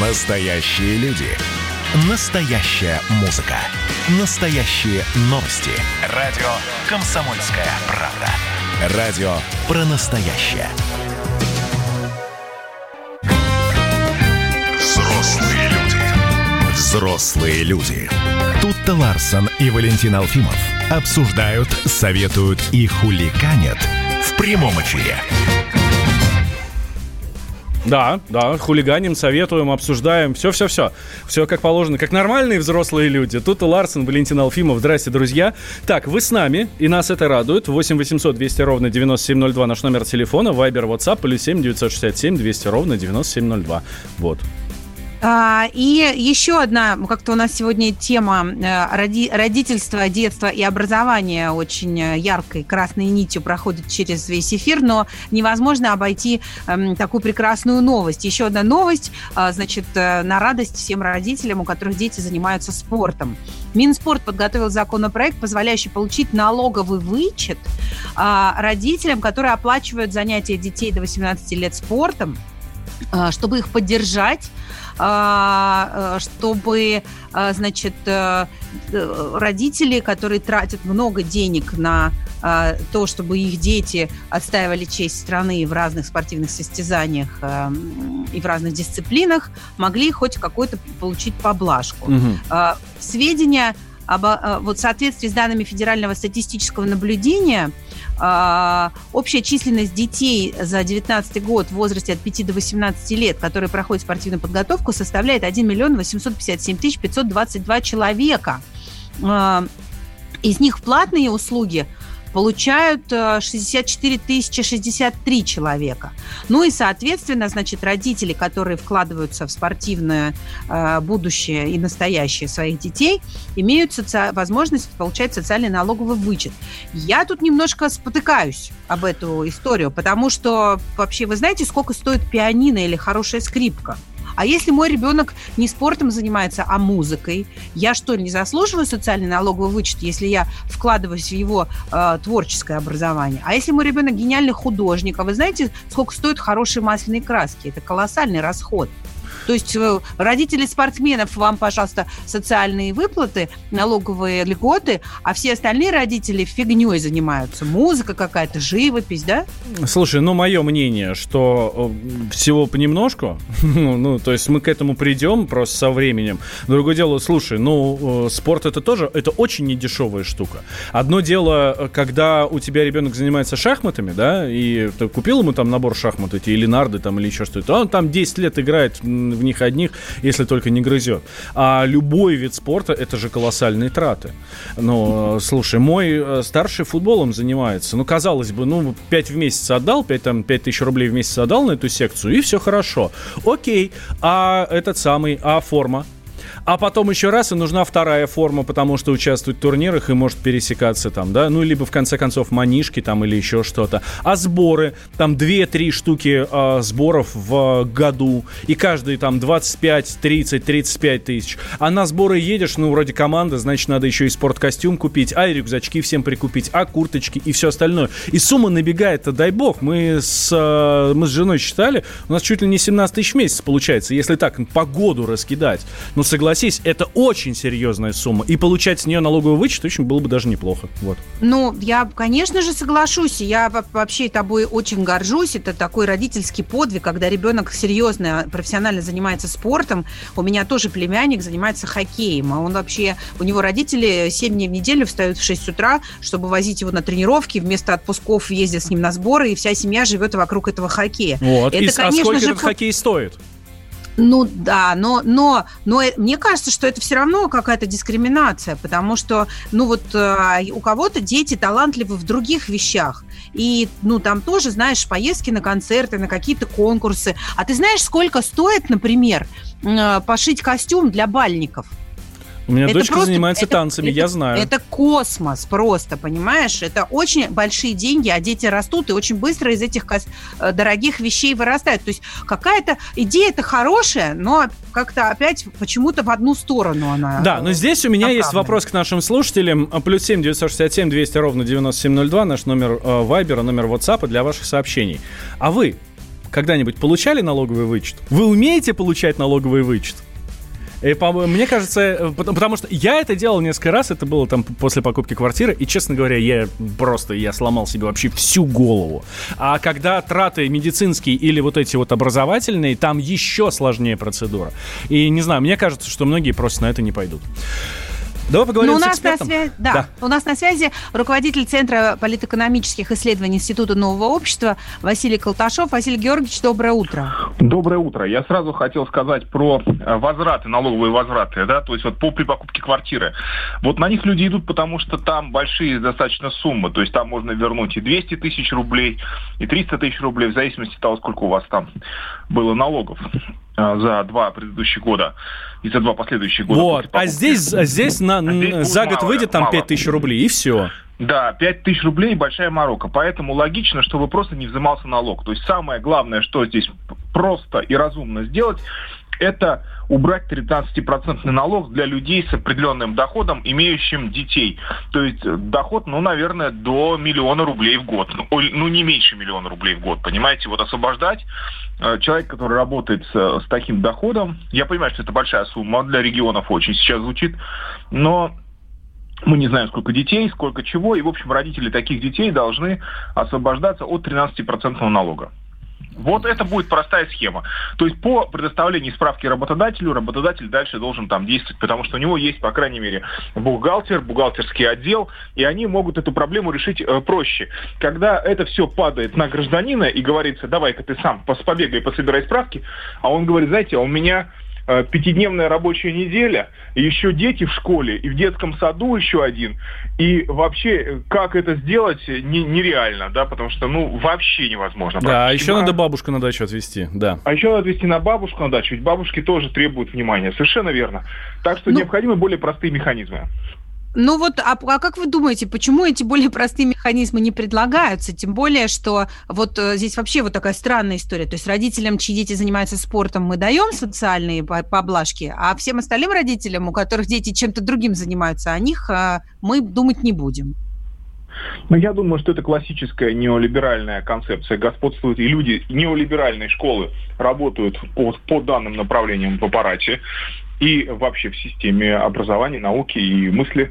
Настоящие люди. Настоящая музыка. Настоящие новости. Радио «Комсомольская правда». Радио про настоящее. Взрослые люди. Взрослые люди. Тутта Ларсон и Валентин Алфимов обсуждают, советуют и хулиганят в прямом эфире. Да, хулиганим, советуем, обсуждаем. Все как положено, как нормальные взрослые люди. Тутта Ларсон, Валентин Алфимов. Здрасте, друзья. Так, вы с нами, и нас это радует. 8 800 200 ровно 9702 наш номер телефона. Вайбер, WhatsApp, +7 967 200 ровно 9702. Вот. И еще одна, как-то у нас сегодня тема родительства, детства и образования очень яркой красной нитью проходит через весь эфир, но невозможно обойти такую прекрасную новость. Еще одна новость, значит, на радость всем родителям, у которых дети занимаются спортом. Минспорт подготовил законопроект, позволяющий получить налоговый вычет родителям, которые оплачивают занятия детей до 18 лет спортом, чтобы их поддержать, чтобы, значит, родители, которые тратят много денег на то, чтобы их дети отстаивали честь страны в разных спортивных состязаниях и в разных дисциплинах, могли хоть какую-то получить поблажку. Сведения в соответствии с данными Федерального статистического наблюдения, общая численность детей за 2019 год в возрасте от 5 до 18 лет, которые проходят спортивную подготовку, составляет 1 857 522 человека. Из них платные услуги получают 64 063 человека. Ну и, соответственно, значит, родители, которые вкладываются в спортивное будущее и настоящее своих детей, имеют возможность получать социальный налоговый вычет. Я тут немножко спотыкаюсь об эту историю, потому что вообще вы знаете, сколько стоит пианино или хорошая скрипка? А если мой ребенок не спортом занимается, а музыкой, я что, не заслуживаю социальный налоговый вычет, если я вкладываюсь в его творческое образование? А если мой ребенок гениальный художник, а вы знаете, сколько стоят хорошие масляные краски? Это колоссальный расход. То есть родители спортсменов, вам, пожалуйста, социальные выплаты, налоговые льготы, а все остальные родители фигней занимаются. Музыка какая-то, живопись, да? Слушай, мое мнение, что всего понемножку, то есть мы к этому придем просто со временем. Другое дело, слушай, спорт это очень недешевая штука. Одно дело, когда у тебя ребенок занимается шахматами, да, и ты купил ему там набор шахмат, эти или нарды там, или еще что-то, он там 10 лет играет в них одних, если только не грызет. А любой вид спорта — это же колоссальные траты. Слушай, мой старший футболом занимается. Казалось бы, 5 в месяц отдал, 5 тысяч рублей в месяц отдал на эту секцию, и все хорошо. Окей, а форма? А потом еще раз, и нужна вторая форма, потому что участвует в турнирах и может пересекаться там, да, либо в конце концов манишки там или еще что-то. А сборы, там 2-3 штуки сборов в году, и каждый там 25, 30, 35 тысяч. А на сборы едешь, вроде команда, значит, надо еще и спорткостюм купить, и рюкзачки всем прикупить, курточки и все остальное. И сумма набегает-то, дай бог. Мы с женой считали, у нас чуть ли не 17 тысяч в месяц получается, если так по году раскидать. Согласись, это очень серьезная сумма. И получать с нее налоговый вычет очень было бы даже неплохо. Вот. Я, конечно же, соглашусь. Я вообще тобой очень горжусь. Это такой родительский подвиг, когда ребенок серьезно, профессионально занимается спортом. У меня тоже племянник занимается хоккеем. У него родители 7 дней в неделю встают в 6 утра, чтобы возить его на тренировки. Вместо отпусков ездят с ним на сборы, и вся семья живет вокруг этого хоккея. Вот. А сколько этот хоккей стоит? Да, но мне кажется, что это все равно какая-то дискриминация, потому что, у кого-то дети талантливы в других вещах. И, там тоже, знаешь, поездки на концерты, на какие-то конкурсы. А ты знаешь, сколько стоит, например, пошить костюм для бальников? У меня дочка занимается танцами, я знаю. Это космос просто, понимаешь? Это очень большие деньги, а дети растут и очень быстро из этих дорогих вещей вырастают. То есть какая-то идея-то хорошая, но как-то опять почему-то в одну сторону она. Да, но здесь у меня есть вопрос к нашим слушателям. +7 967 200 ровно 9702, наш номер Вайбера, номер WhatsApp для ваших сообщений. А вы когда-нибудь получали налоговый вычет? Вы умеете получать налоговый вычет? И, мне кажется, потому что я это делал несколько раз, это было там после покупки квартиры, и, честно говоря, я сломал себе вообще всю голову. А когда траты медицинские или вот эти вот образовательные, там еще сложнее процедура. И, не знаю, мне кажется, что многие просто на это не пойдут. Давай поговорим с экспертом. У нас на связи руководитель Центра политэкономических исследований Института Нового общества Василий Колташов. Василий Георгиевич, доброе утро. Доброе утро. Я сразу хотел сказать про возвраты, налоговые возвраты, да, то есть вот при покупке квартиры. Вот на них люди идут, потому что там большие достаточно суммы, то есть там можно вернуть и 200 тысяч рублей, и 300 тысяч рублей, в зависимости от того, сколько у вас там было налогов за 2 предыдущих года и за 2 последующих года. Вот, а здесь за год выйдет там 5 тысяч рублей, и все. Да, 5 тысяч рублей – большая морока. Поэтому логично, чтобы просто не взимался налог. То есть самое главное, что здесь просто и разумно сделать, это убрать 13% налог для людей с определенным доходом, имеющим детей. То есть доход, наверное, до 1 000 000 рублей в год. Не меньше 1 000 000 рублей в год. Понимаете, вот освобождать человек, который работает с таким доходом. Я понимаю, что это большая сумма для регионов очень сейчас звучит, но мы не знаем, сколько детей, сколько чего. И, в общем, родители таких детей должны освобождаться от 13% налога. Вот это будет простая схема. То есть по предоставлению справки работодателю, работодатель дальше должен там действовать, потому что у него есть, по крайней мере, бухгалтер, бухгалтерский отдел, и они могут эту проблему решить проще. Когда это все падает на гражданина и говорится, давай-ка ты сам побегай, пособирай справки, а он говорит, знаете, у меня 5-дневная рабочая неделя, еще дети в школе, и в детском саду еще один. И вообще, как это сделать, нереально, да, потому что, вообще невозможно. Да, а еще надо бабушку на дачу отвезти, да. А еще надо отвезти на бабушку на дачу, ведь бабушки тоже требуют внимания, совершенно верно. Так что необходимы более простые механизмы. А как вы думаете, почему эти более простые механизмы не предлагаются? Тем более, что вот здесь вообще вот такая странная история. То есть родителям, чьи дети занимаются спортом, мы даем социальные поблажки, а всем остальным родителям, у которых дети чем-то другим занимаются, о них мы думать не будем. Я думаю, что это классическая неолиберальная концепция. Господствует, и люди неолиберальной школы работают по данным направлениям в аппарате и вообще в системе образования, науки и мысли.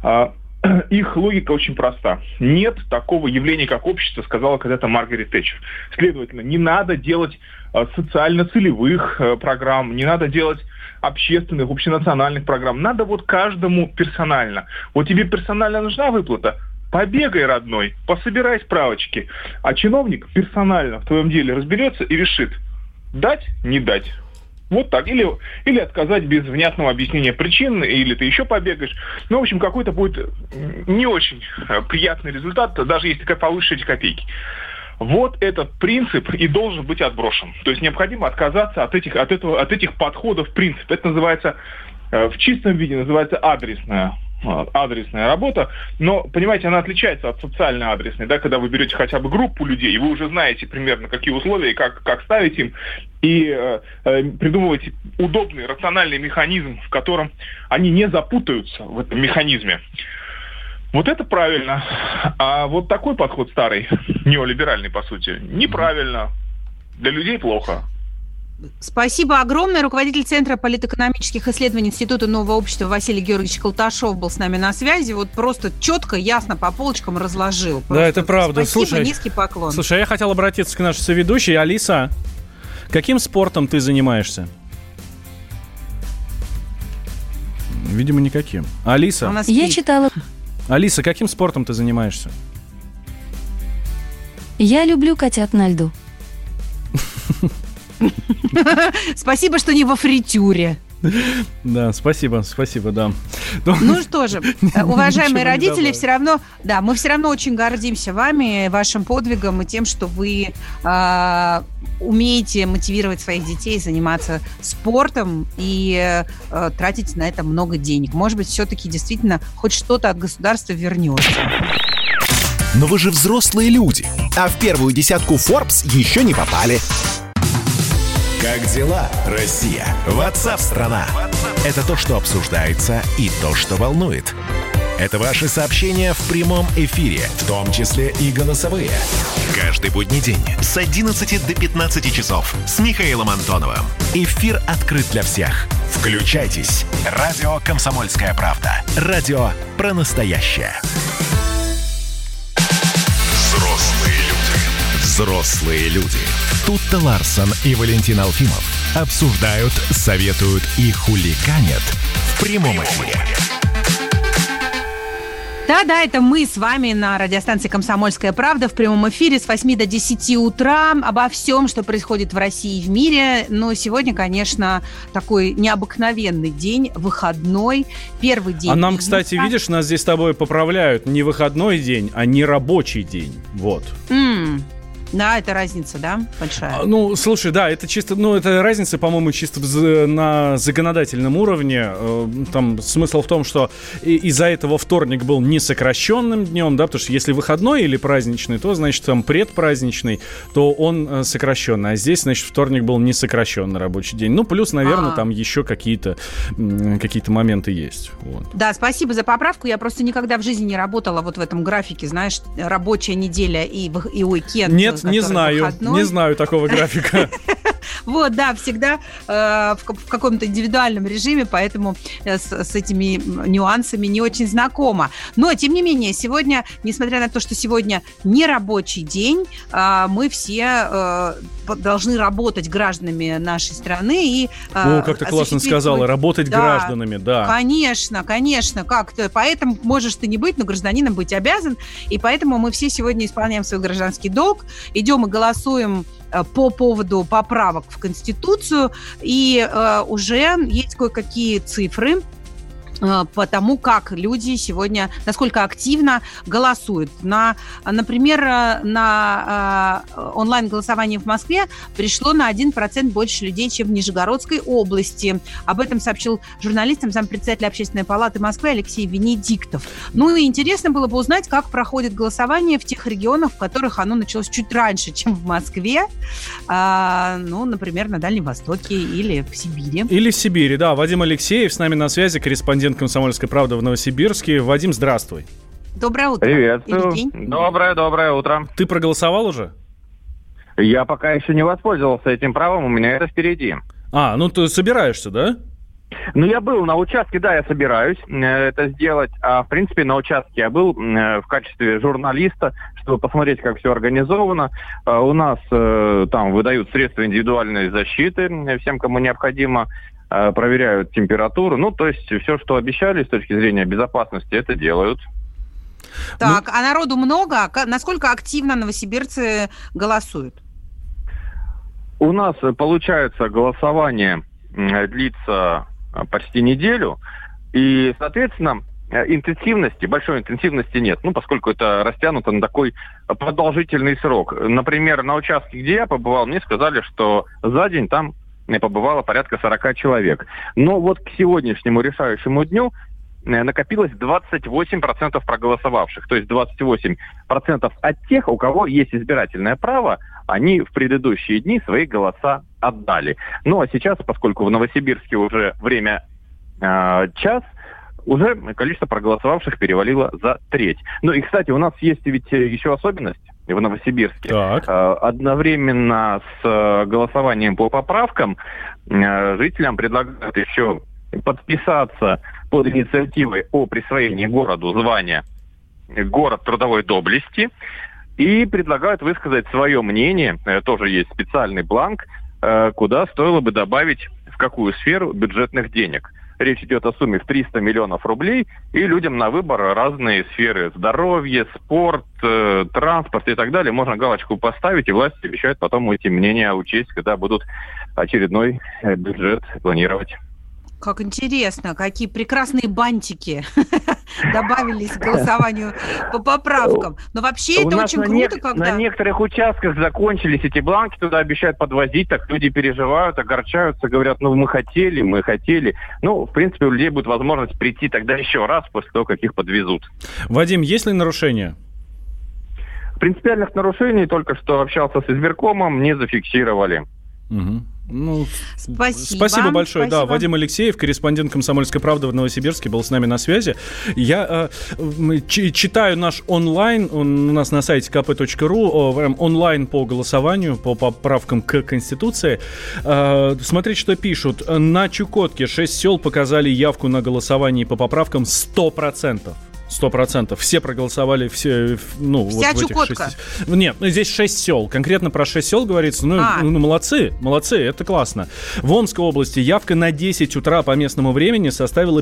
Их логика очень проста. Нет такого явления, как общество, сказала когда-то Маргарет Тэтчер. Следовательно, не надо делать социально-целевых программ, не надо делать общественных, общенациональных программ. Надо вот каждому персонально. Вот тебе персонально нужна выплата? Побегай, родной, пособирай справочки. А чиновник персонально в твоем деле разберется и решит, дать, не дать. Вот так. Или отказать без внятного объяснения причин, или ты еще побегаешь. В общем, какой-то будет не очень приятный результат, даже если повыше эти копейки. Вот этот принцип и должен быть отброшен. То есть необходимо отказаться от этих подходов в принципе. Это называется, в чистом виде называется адресная работа, но, понимаете, она отличается от социальной адресной, да, когда вы берете хотя бы группу людей, и вы уже знаете примерно, какие условия и как ставить им, и придумываете удобный, рациональный механизм, в котором они не запутаются в этом механизме. Вот это правильно. А вот такой подход старый, неолиберальный, по сути, неправильно. Для людей плохо. Спасибо огромное. Руководитель Центра политэкономических исследований Института Нового общества Василий Георгиевич Колташов был с нами на связи. Вот просто четко, ясно по полочкам разложил. Просто да, это правда. Спасибо, низкий поклон. Слушай, я хотел обратиться к нашей соведущей. Алиса, каким спортом ты занимаешься? Видимо, никаким. Алиса? Я читала. Алиса, каким спортом ты занимаешься? Я люблю котят на льду. Спасибо, что не во фритюре. Да, спасибо, да. Ну что же, уважаемые родители, мы все равно очень гордимся вами, вашим подвигом и тем, что вы умеете мотивировать своих детей заниматься спортом и тратить на это много денег. Может быть, все-таки действительно хоть что-то от государства вернется. Но вы же взрослые люди, а в первую десятку Forbes еще не попали. Как дела, Россия? WhatsApp-страна! Это то, что обсуждается и то, что волнует. Это ваши сообщения в прямом эфире, в том числе и голосовые. Каждый будний день с 11 до 15 часов с Михаилом Антоновым. Эфир открыт для всех. Включайтесь. Радио «Комсомольская правда». Радио про настоящее. Взрослые люди. Тутта Ларсон и Валентин Алфимов обсуждают, советуют и хулиганят в прямом эфире. Да, это мы с вами на радиостанции «Комсомольская правда» в прямом эфире с 8 до 10 утра обо всем, что происходит в России и в мире. Но сегодня, конечно, такой необыкновенный день, выходной, первый день. А нам, кстати, видишь, нас здесь с тобой поправляют. Не выходной день, а не рабочий день. Вот. Да, это разница, да, большая? Ну, слушай, да, это чисто, это разница, по-моему, чисто на законодательном уровне. Там смысл в том, что из-за этого вторник был не сокращенным днем, да, потому что если выходной или праздничный, то, значит, там предпраздничный, то он сокращенный. А здесь, значит, вторник был не сокращенный рабочий день. Ну, плюс, наверное, там еще какие-то моменты есть. Вот. Да, спасибо за поправку. Я просто никогда в жизни не работала вот в этом графике, знаешь, рабочая неделя и уикенд. Не знаю такого графика. Вот, да, всегда в каком-то индивидуальном режиме, поэтому с этими нюансами не очень знакома. Но, тем не менее, сегодня, несмотря на то, что сегодня не рабочий день, мы все должны работать гражданами нашей страны. И, как ты классно сказала, работать гражданами, да. Конечно, как-то. Поэтому можешь ты не быть, но гражданином быть обязан. И поэтому мы все сегодня исполняем свой гражданский долг, идем и голосуем по поводу поправок в Конституцию, и уже есть кое-какие цифры по тому, как люди сегодня, насколько активно голосуют. Например, на онлайн-голосование в Москве пришло на 1% больше людей, чем в Нижегородской области. Об этом сообщил журналистам зампредседателя Общественной палаты Москвы Алексей Венедиктов. Ну и интересно было бы узнать, как проходит голосование в тех регионах, в которых оно началось чуть раньше, чем в Москве. Например, на Дальнем Востоке или в Сибири. Или в Сибири, да. Вадим Алексеев с нами на связи, корреспондент «Комсомольской правды» в Новосибирске. Вадим, здравствуй. Доброе утро. Приветствую. Доброе утро. Ты проголосовал уже? Я пока еще не воспользовался этим правом, у меня это впереди. Ты собираешься, да? Я был на участке, да, я собираюсь это сделать. А, в принципе, на участке я был в качестве журналиста, чтобы посмотреть, как все организовано. У нас там выдают средства индивидуальной защиты всем, кому необходимо. Проверяют температуру. То есть все, что обещали с точки зрения безопасности, это делают. Так, а народу много? Насколько активно новосибирцы голосуют? У нас, получается, голосование длится почти неделю. И, соответственно, большой интенсивности нет. Поскольку это растянуто на такой продолжительный срок. Например, на участке, где я побывал, мне сказали, что за день там побывало порядка 40 человек. Но вот к сегодняшнему решающему дню накопилось 28% проголосовавших. То есть 28% от тех, у кого есть избирательное право, они в предыдущие дни свои голоса отдали. А сейчас, поскольку в Новосибирске уже время час, уже количество проголосовавших перевалило за треть. И, кстати, у нас есть ведь еще особенность в Новосибирске. Так. Одновременно с голосованием по поправкам жителям предлагают еще подписаться под инициативой о присвоении городу звания «Город трудовой доблести» и предлагают высказать свое мнение. Тоже есть специальный бланк, куда стоило бы добавить в какую сферу бюджетных денег. Речь идет о сумме в 300 миллионов рублей, и людям на выбор разные сферы: здоровье, спорт, транспорт и так далее. Можно галочку поставить, и власти обещают потом эти мнения учесть, когда будут очередной бюджет планировать. Как интересно, какие прекрасные бантики добавились к голосованию по поправкам. Но вообще это очень круто, когда... На некоторых участках закончились эти бланки, туда обещают подвозить, так люди переживают, огорчаются, говорят, мы хотели. В принципе, у людей будет возможность прийти тогда еще раз после того, как их подвезут. Вадим, есть ли нарушения? Принципиальных нарушений, только что общался с избиркомом, не зафиксировали. Угу. Спасибо большое. Да, Вадим Алексеев, корреспондент «Комсомольской правды» в Новосибирске, был с нами на связи. Я читаю наш онлайн, у нас на сайте kp.ru, онлайн по голосованию, по поправкам к Конституции. Смотрите, что пишут. На Чукотке 6 сел показали явку на голосование по поправкам 100%. 100%. Все проголосовали, все, вся вот Чукотка? Нет, здесь 6 сел. Конкретно про 6 сел говорится. Молодцы, это классно. В Омской области явка на 10 утра по местному времени составила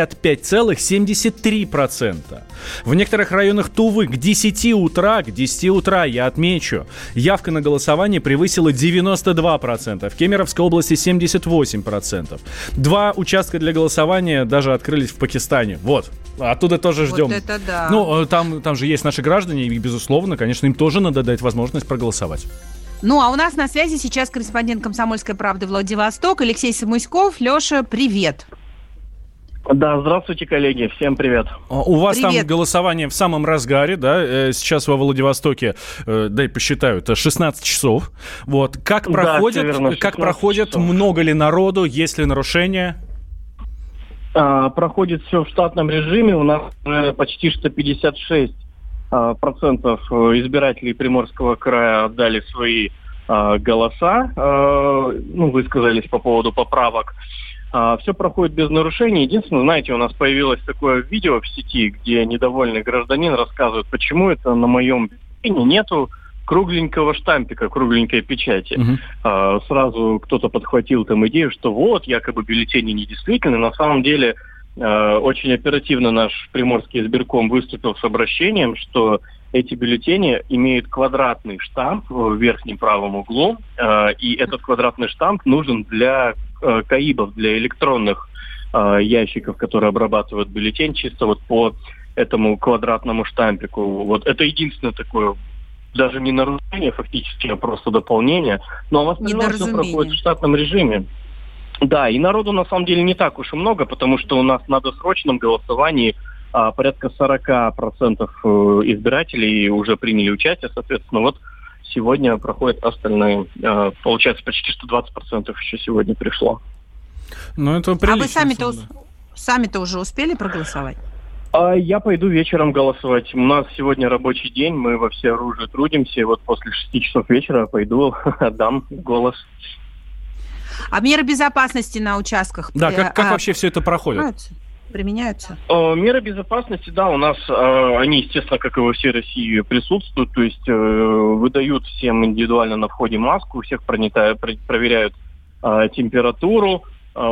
55,73%. В некоторых районах Тувы к 10 утра, я отмечу, явка на голосование превысила 92%. В Кемеровской области 78%. 2 участка для голосования даже открылись в Пакистане. Вот. Оттуда тоже ждем. Вот это да. Там же есть наши граждане, и, безусловно, конечно, им тоже надо дать возможность проголосовать. А у нас на связи сейчас корреспондент «Комсомольской правды» Владивосток Алексей Самуськов. Леша, привет. Да, здравствуйте, коллеги, всем привет. У вас привет. Там голосование в самом разгаре, да? Сейчас во Владивостоке, дай посчитаю, это 16 часов. Вот. Как проходит, много ли народу, есть ли нарушения? Проходит все в штатном режиме. У нас почти что 56% избирателей Приморского края отдали свои голоса, высказались по поводу поправок. Все проходит без нарушений. Единственное, знаете, у нас появилось такое видео в сети, где недовольный гражданин рассказывает, почему это на моем бюллетене нету кругленького штампика, кругленькой печати. Сразу кто-то подхватил там идею, что вот, якобы бюллетени недействительны. На самом деле, очень оперативно наш Приморский избирком выступил с обращением, что эти бюллетени имеют квадратный штамп в верхнем правом углу, и этот квадратный штамп нужен для КАИБов, для электронных ящиков, которые обрабатывают бюллетень, чисто вот по этому квадратному штампику. Вот это единственное такое, даже не нарушение фактически, а просто дополнение. Но в остальном все проходит в штатном режиме. Да, и народу на самом деле не так уж и много, потому что у нас на досрочном голосовании порядка 40% избирателей уже приняли участие. Соответственно, вот сегодня проходит остальное. Получается, почти что 20% еще сегодня пришло. Это прилично. А вы сами-то уже успели проголосовать? Я пойду вечером голосовать. У нас сегодня рабочий день, мы во всеоружии трудимся. И вот после 6 часов вечера пойду, отдам голос. А меры безопасности на участках? Да, как вообще все это проходит? Применяются? Меры безопасности, да, у нас они, естественно, как и во всей России, присутствуют. То есть выдают всем индивидуально на входе маску, у всех проверяют температуру.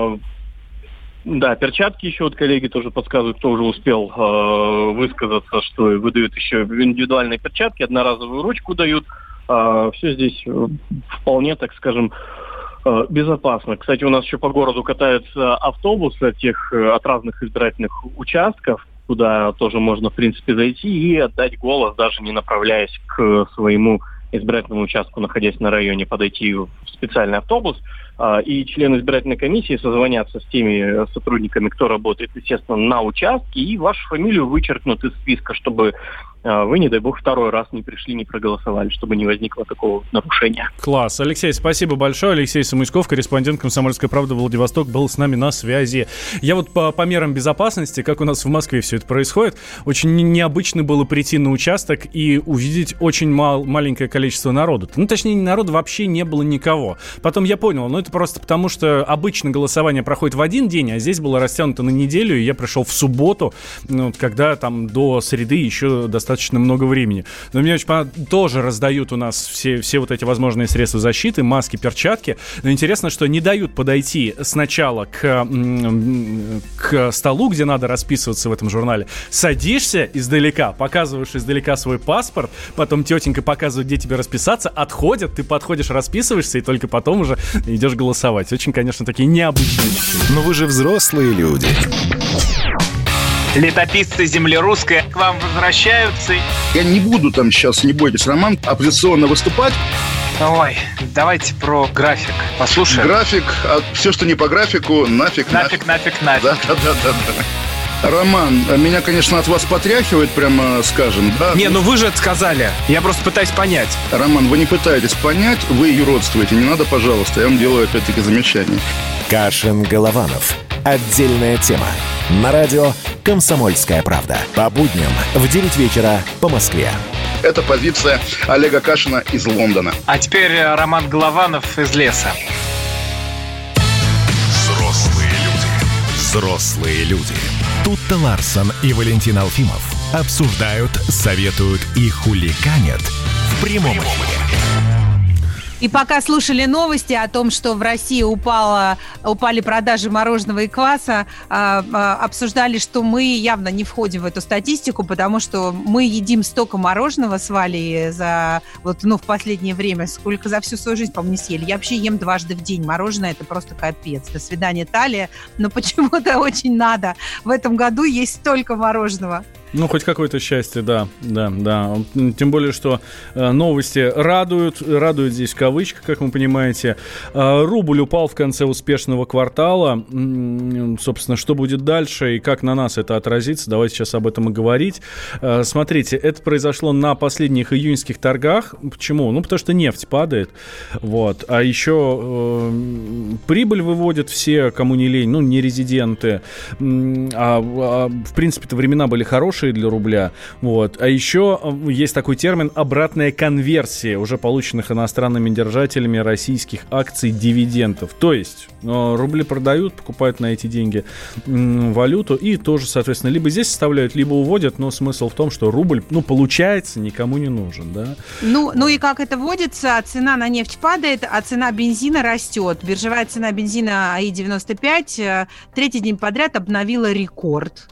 Да, перчатки еще вот коллеги тоже подсказывают, кто уже успел высказаться, что выдают еще индивидуальные перчатки, одноразовую ручку дают. Все здесь вполне, так скажем, безопасно. Кстати, у нас еще по городу катаются автобусы от разных избирательных участков, куда тоже можно, в принципе, зайти и отдать голос, даже не направляясь к своему избирательному участку, находясь на районе, подойти в специальный автобус. И члены избирательной комиссии созвонятся с теми сотрудниками, кто работает, естественно, на участке, и вашу фамилию вычеркнут из списка, чтобы вы, не дай бог, второй раз не пришли, не проголосовали, чтобы не возникло такого нарушения. Класс. Алексей, спасибо большое. Алексей Самуськов, корреспондент «Комсомольской правды» Владивосток, был с нами на связи. Я вот по мерам безопасности, как у нас в Москве все это происходит, очень необычно было прийти на участок и увидеть очень маленькое количество народу. Точнее, народу вообще не было никого. Потом я понял, это просто потому, что обычно голосование проходит в один день, а здесь было растянуто на неделю, и я пришел в субботу, когда там до среды еще достаточно много времени. Но мне очень тоже раздают у нас все вот эти возможные средства защиты, маски, перчатки. Но интересно, что не дают подойти сначала к столу, где надо расписываться в этом журнале. Садишься издалека, показываешь издалека свой паспорт, потом тетенька показывает, где тебе расписаться, отходят, ты подходишь, расписываешься, и только потом уже идешь голосовать. Очень, конечно, такие необычные вещи. Но вы же взрослые люди. Летописцы земли русской к вам возвращаются. Я не буду там сейчас, не бойтесь, Роман, оппозиционно выступать. Ой, давайте про график послушаем. График, все, что не по графику, нафиг. Нафиг. Да. Роман, меня, конечно, от вас потряхивает, прямо скажем, да? Не, ну вы же это сказали. Я просто пытаюсь понять. Роман, вы не пытаетесь понять, вы юродствуете. Не надо, пожалуйста, я вам делаю опять-таки замечание. Кашин-Голованов. Отдельная тема. На радио «Комсомольская правда». По будням в 9 вечера по Москве. Это позиция Олега Кашина из Лондона. А теперь Роман Голованов из леса. Взрослые люди. Тутта Ларсон и Валентин Алфимов обсуждают, советуют и хулиганят в прямом эфире. И пока слушали новости о том, что в России упали продажи мороженого и кваса, обсуждали, что мы явно не входим в эту статистику, потому что мы едим столько мороженого с Валей в последнее время, сколько за всю свою жизнь, по-моему, не съели. Я вообще ем дважды в день мороженое, это просто капец. До свидания, Талия. Но почему-то очень надо в этом году есть столько мороженого. Ну, хоть какое-то счастье, да. Тем более, что новости радуют здесь в кавычках, как вы понимаете. Рубль упал в конце успешного квартала. Собственно, что будет дальше и как на нас это отразится, давайте сейчас об этом и говорить. Смотрите, это произошло на последних июньских торгах. Почему? Ну, потому что нефть падает. Вот. А еще прибыль выводят все, кому не лень, ну, не резиденты. В принципе-то времена были хорошие для рубля. Вот. А еще есть такой термин «обратная конверсия» уже полученных иностранными держателями российских акций дивидендов. То есть рубли продают, покупают на эти деньги валюту и тоже, соответственно, либо здесь составляют, либо уводят, но смысл в том, что рубль, получается, никому не нужен, да? Ну и как это водится, цена на нефть падает, а цена бензина растет. Биржевая цена бензина АИ-95 третий день подряд обновила рекорд.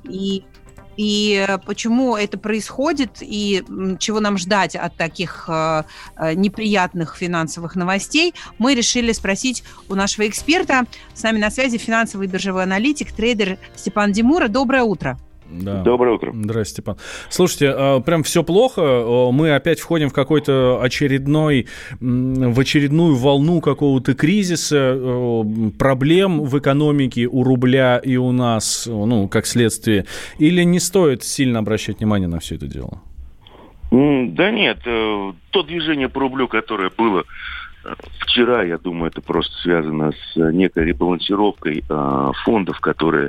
И почему это происходит, и чего нам ждать от таких неприятных финансовых новостей, мы решили спросить у нашего эксперта. С нами на связи финансовый биржевой аналитик, трейдер Степан Димура. Доброе утро. Да. Доброе утро. Здравствуйте, Степан. Слушайте, прям все плохо. Мы опять входим в какой-то очередную волну какого-то кризиса, проблем в экономике у рубля и у нас, как следствие. Или не стоит сильно обращать внимание на все это дело? Да нет. То движение по рублю, которое было вчера, я думаю, это просто связано с некой ребалансировкой фондов, которые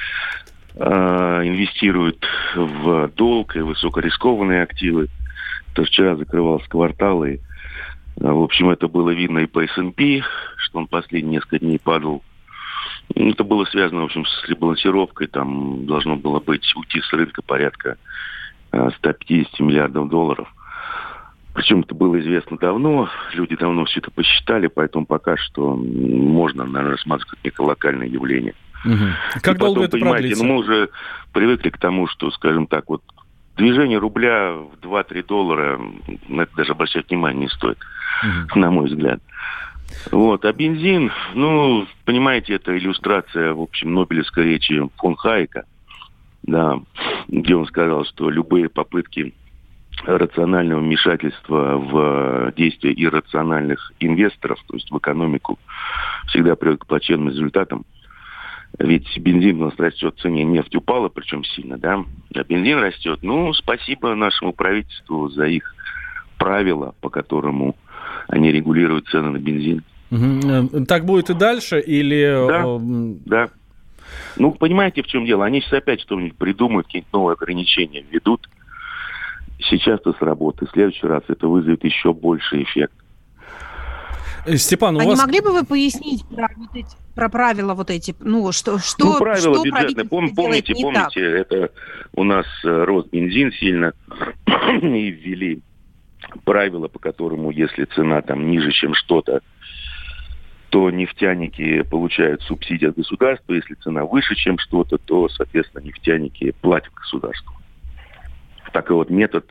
инвестируют в долг и высокорискованные активы. То вчера закрывался квартал, и, в общем, это было видно и по S&P, что он последние несколько дней падал. Это было связано, в общем, с ребалансировкой. Там должно было уйти с рынка порядка 150 миллиардов долларов. Причем это было известно давно, люди давно все это посчитали, поэтому пока что можно, наверное, рассматривать как некое локальное явление. Угу. Как долго это продлится? Мы уже привыкли к тому, что, скажем так, движение рубля в 2-3 доллара, на это даже обращать внимание не стоит, на мой взгляд. А бензин, понимаете, это иллюстрация, в общем, нобелевской речи фон Хайека, да, где он сказал, что любые попытки рационального вмешательства в действия иррациональных инвесторов, то есть в экономику, всегда приводит к плачевным результатам. Ведь бензин у нас растет в цене, нефть упала, причем сильно, да, а бензин растет. Спасибо нашему правительству за их правила, по которому они регулируют цены на бензин. Так будет и дальше, или... Да. Понимаете, в чем дело? Они сейчас опять что-нибудь придумают, какие-то новые ограничения введут. Сейчас это сработает. В следующий раз это вызовет еще больший эффект. Степан, не могли бы вы пояснить про правила эти? Правила бюджетные. Помните, это у нас рос бензин сильно, и ввели правила, по которому, если цена там ниже, чем что-то, то нефтяники получают субсидии от государства. Если цена выше, чем что-то, то, соответственно, нефтяники платят государству. Такой метод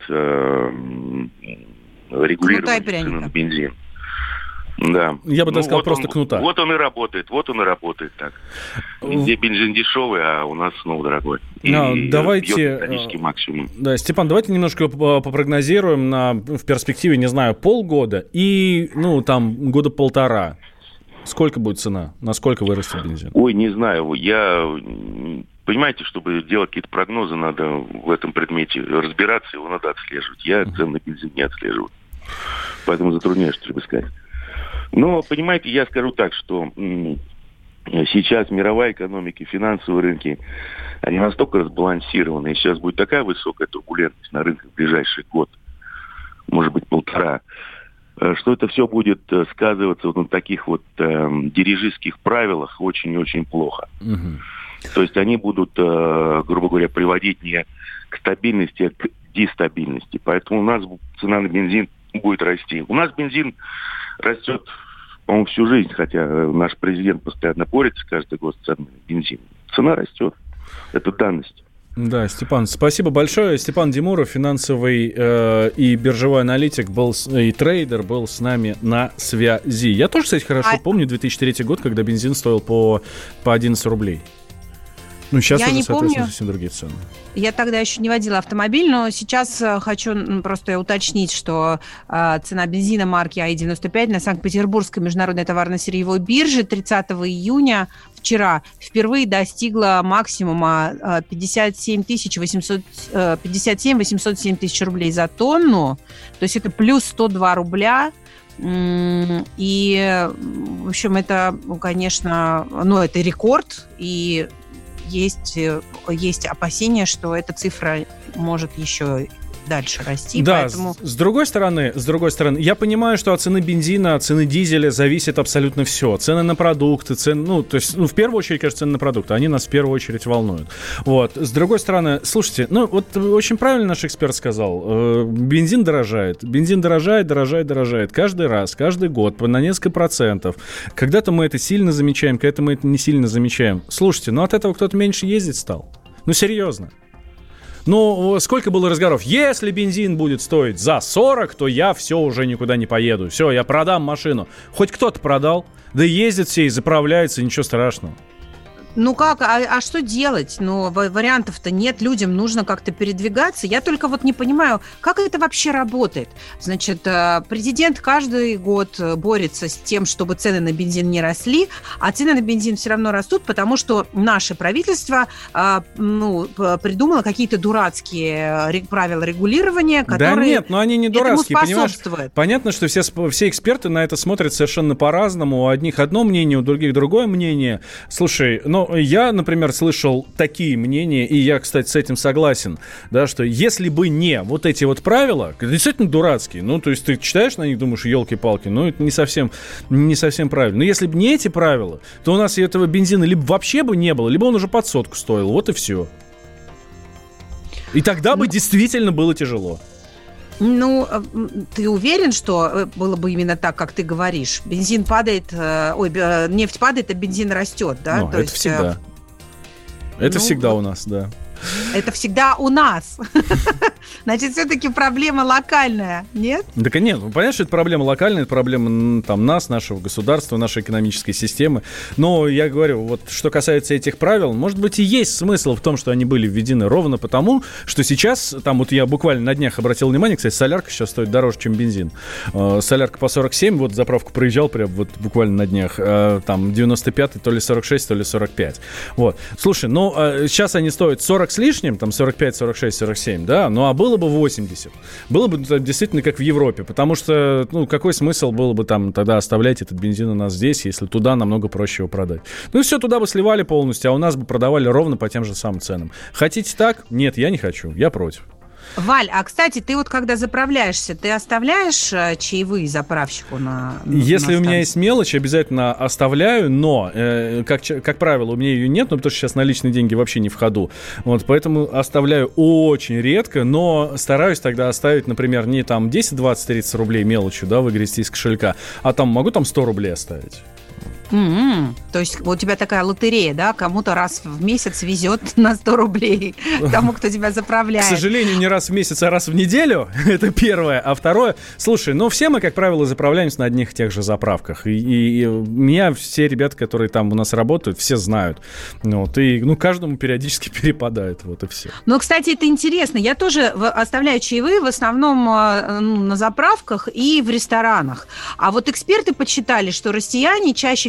регулирования цены на бензин. Да. Я бы даже сказал, просто кнута. Вот он и работает так. Где бензин дешевый, а у нас снова дорогой. Давайте... исторический максимум. Да, Степан, давайте немножко попрогнозируем в перспективе, не знаю, полгода и, года полтора. Сколько будет цена? Насколько вырастет бензин? Ой, не знаю. Я понимаете, чтобы делать какие-то прогнозы, надо в этом предмете разбираться, его надо отслеживать. Я цены на бензин не отслеживаю. Поэтому затрудняюсь что-либо сказать. Но, понимаете, я скажу так, что сейчас мировая экономика, финансовые рынки, они настолько разбалансированы, и сейчас будет такая высокая турбулентность на рынках в ближайший год, может быть, 1,5, что это все будет сказываться вот на таких вот дирижистских правилах очень и очень плохо. То есть они будут, грубо говоря, приводить не к стабильности, а к дестабильности. Поэтому у нас цена на бензин будет расти. У нас бензин растет, по-моему, всю жизнь, хотя наш президент постоянно борется каждый год с ценами на бензин. Цена растет. Это данность. Да, Степан, спасибо большое. Степан Димуров, финансовый и биржевой аналитик, и трейдер, был с нами на связи. Я тоже, кстати, хорошо помню 2003 год, когда бензин стоил по 11 рублей. Ну, сейчас я уже, не соответственно, помню. совсем другие цены. Я тогда еще не водила автомобиль, но сейчас хочу просто уточнить, что цена бензина марки АИ-95 на Санкт-Петербургской международной товарно-сырьевой бирже 30 июня вчера впервые достигла максимума 57 807 тысяч рублей за тонну. То есть это плюс 102 рубля. И, в общем, это, конечно, это рекорд, и есть опасения, что эта цифра может еще дальше расти. Да, поэтому... с другой стороны, я понимаю, что от цены бензина, от цены дизеля зависит абсолютно все. Цены на продукты, в первую очередь, конечно, цены на продукты, они нас в первую очередь волнуют. Вот. С другой стороны, слушайте, очень правильно наш эксперт сказал, бензин дорожает, каждый раз, каждый год на несколько процентов. Когда-то мы это сильно замечаем, когда-то мы это не сильно замечаем. Слушайте, от этого кто-то меньше ездить стал. Серьезно. Сколько было разговоров? Если бензин будет стоить за 40, то я все, уже никуда не поеду. Все, я продам машину. Хоть кто-то продал. Да ездят все и заправляются, ничего страшного. Как? А что делать? Вариантов-то нет, людям нужно как-то передвигаться. Я только не понимаю, как это вообще работает. Значит, президент каждый год борется с тем, чтобы цены на бензин не росли, а цены на бензин все равно растут, потому что наше правительство придумало какие-то дурацкие правила регулирования, которые... Да нет, они не дурацкие, понимаешь? Понятно, что все эксперты на это смотрят совершенно по-разному. У одних одно мнение, у других другое мнение. Слушай, я, например, слышал такие мнения, и я, кстати, с этим согласен, да, что если бы не вот эти вот правила, действительно дурацкие, то есть ты читаешь на них, думаешь, елки-палки, это не совсем правильно. Но если бы не эти правила, то у нас этого бензина либо вообще бы не было, либо он уже под 100 стоил, вот и все. И тогда бы действительно было тяжело. Ты уверен, что было бы именно так, как ты говоришь? Бензин падает, нефть падает, а бензин растет, да? Это всегда. Это всегда у нас, да. Это всегда у нас. Значит, все-таки проблема локальная, нет? Да нет, понятно, что это проблема локальная, это проблема нас, нашего государства, нашей экономической системы. Но я говорю, что касается этих правил, может быть, и есть смысл в том, что они были введены ровно потому, что сейчас, я буквально на днях обратил внимание, кстати, солярка сейчас стоит дороже, чем бензин. Солярка по 47, заправку проезжал прям буквально на днях, 95-й, то ли 46, то ли 45. Слушай, сейчас они стоят 40 с лишним, 45, 46, 47, да, а было бы 80. Было бы действительно как в Европе, потому что, какой смысл было бы тогда оставлять этот бензин у нас здесь, если туда намного проще его продать? Все, туда бы сливали полностью, а у нас бы продавали ровно по тем же самым ценам. Хотите так? Нет, я не хочу, я против. Валь, а, кстати, ты когда заправляешься, ты оставляешь чаевые заправщику на Если у меня есть мелочь, обязательно оставляю, но, как правило, у меня ее нет, потому что сейчас наличные деньги вообще не в ходу. Поэтому оставляю очень редко, но стараюсь тогда оставить, например, не 10, 20, 30 рублей мелочью, выгрести из кошелька, а могу 100 рублей оставить. То есть у тебя такая лотерея, да? Кому-то раз в месяц везет на 100 рублей тому, кто тебя заправляет. К сожалению, не раз в месяц, а раз в неделю. Это первое. А второе, слушай, все мы, как правило, заправляемся на одних и тех же заправках. И меня все ребята, которые там у нас работают, все знают. И каждому периодически перепадает. И все. Кстати, это интересно. Я тоже оставляю чаевые в основном на заправках и в ресторанах. А эксперты подсчитали, что россияне чаще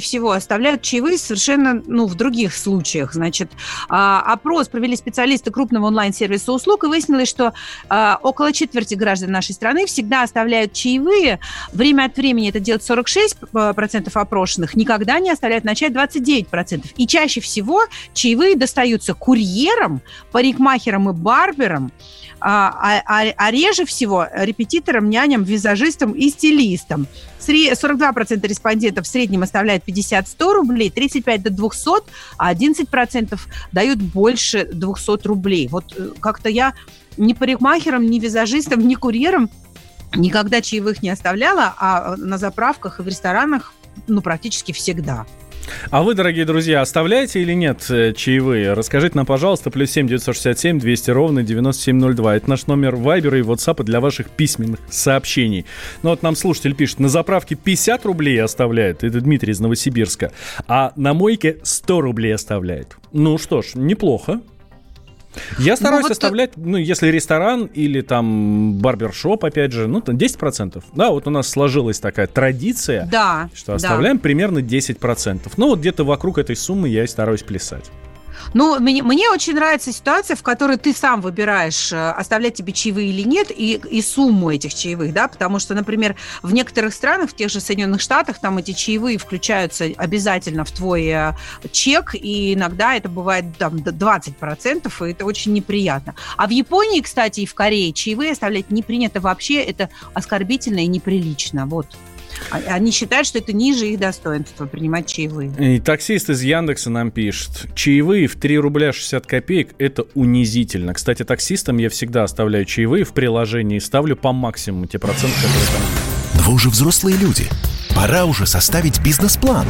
всего оставляют чаевые совершенно в других случаях. Значит, опрос провели специалисты крупного онлайн-сервиса услуг, и выяснилось, что около четверти граждан нашей страны всегда оставляют чаевые. Время от времени это делает 46% опрошенных, никогда не оставляют в начале 29%. И чаще всего чаевые достаются курьерам, парикмахерам и барберам, а реже всего репетиторам, няням, визажистам и стилистам. 42% респондентов в среднем оставляют 50-100 рублей, 35% до 200, а 11% дают больше 200 рублей. Вот как-то я ни парикмахерам, ни визажистам, ни курьерам никогда чаевых не оставляла, а на заправках и в ресторанах практически всегда. А вы, дорогие друзья, оставляете или нет чаевые? Расскажите нам, пожалуйста, +7 967 200 ровно 9702. Это наш номер Вайбера и WhatsApp для ваших письменных сообщений. Ну вот нам слушатель пишет, на заправке 50 рублей оставляет, это Дмитрий из Новосибирска, а на мойке 100 рублей оставляет. Ну что ж, неплохо. Я стараюсь оставлять, если ресторан или там барбершоп, опять же, там 10%. Да, вот у нас сложилась такая традиция, что оставляем примерно 10%. Вот где-то вокруг этой суммы я и стараюсь плясать. Мне очень нравится ситуация, в которой ты сам выбираешь, оставлять тебе чаевые или нет, и сумму этих чаевых, да, потому что, например, в некоторых странах, в тех же Соединенных Штатах, там эти чаевые включаются обязательно в твой чек, и иногда это бывает там 20%, и это очень неприятно. А в Японии, кстати, и в Корее чаевые оставлять не принято вообще, это оскорбительно и неприлично, вот. Они считают, что это ниже их достоинства принимать чаевые. И таксист из Яндекса нам пишет: чаевые в 3 рубля 60 копеек – это унизительно. Кстати, таксистам я всегда оставляю чаевые в приложении, ставлю по максимуму те проценты, которые там. Вы уже взрослые люди. Пора уже составить бизнес-план.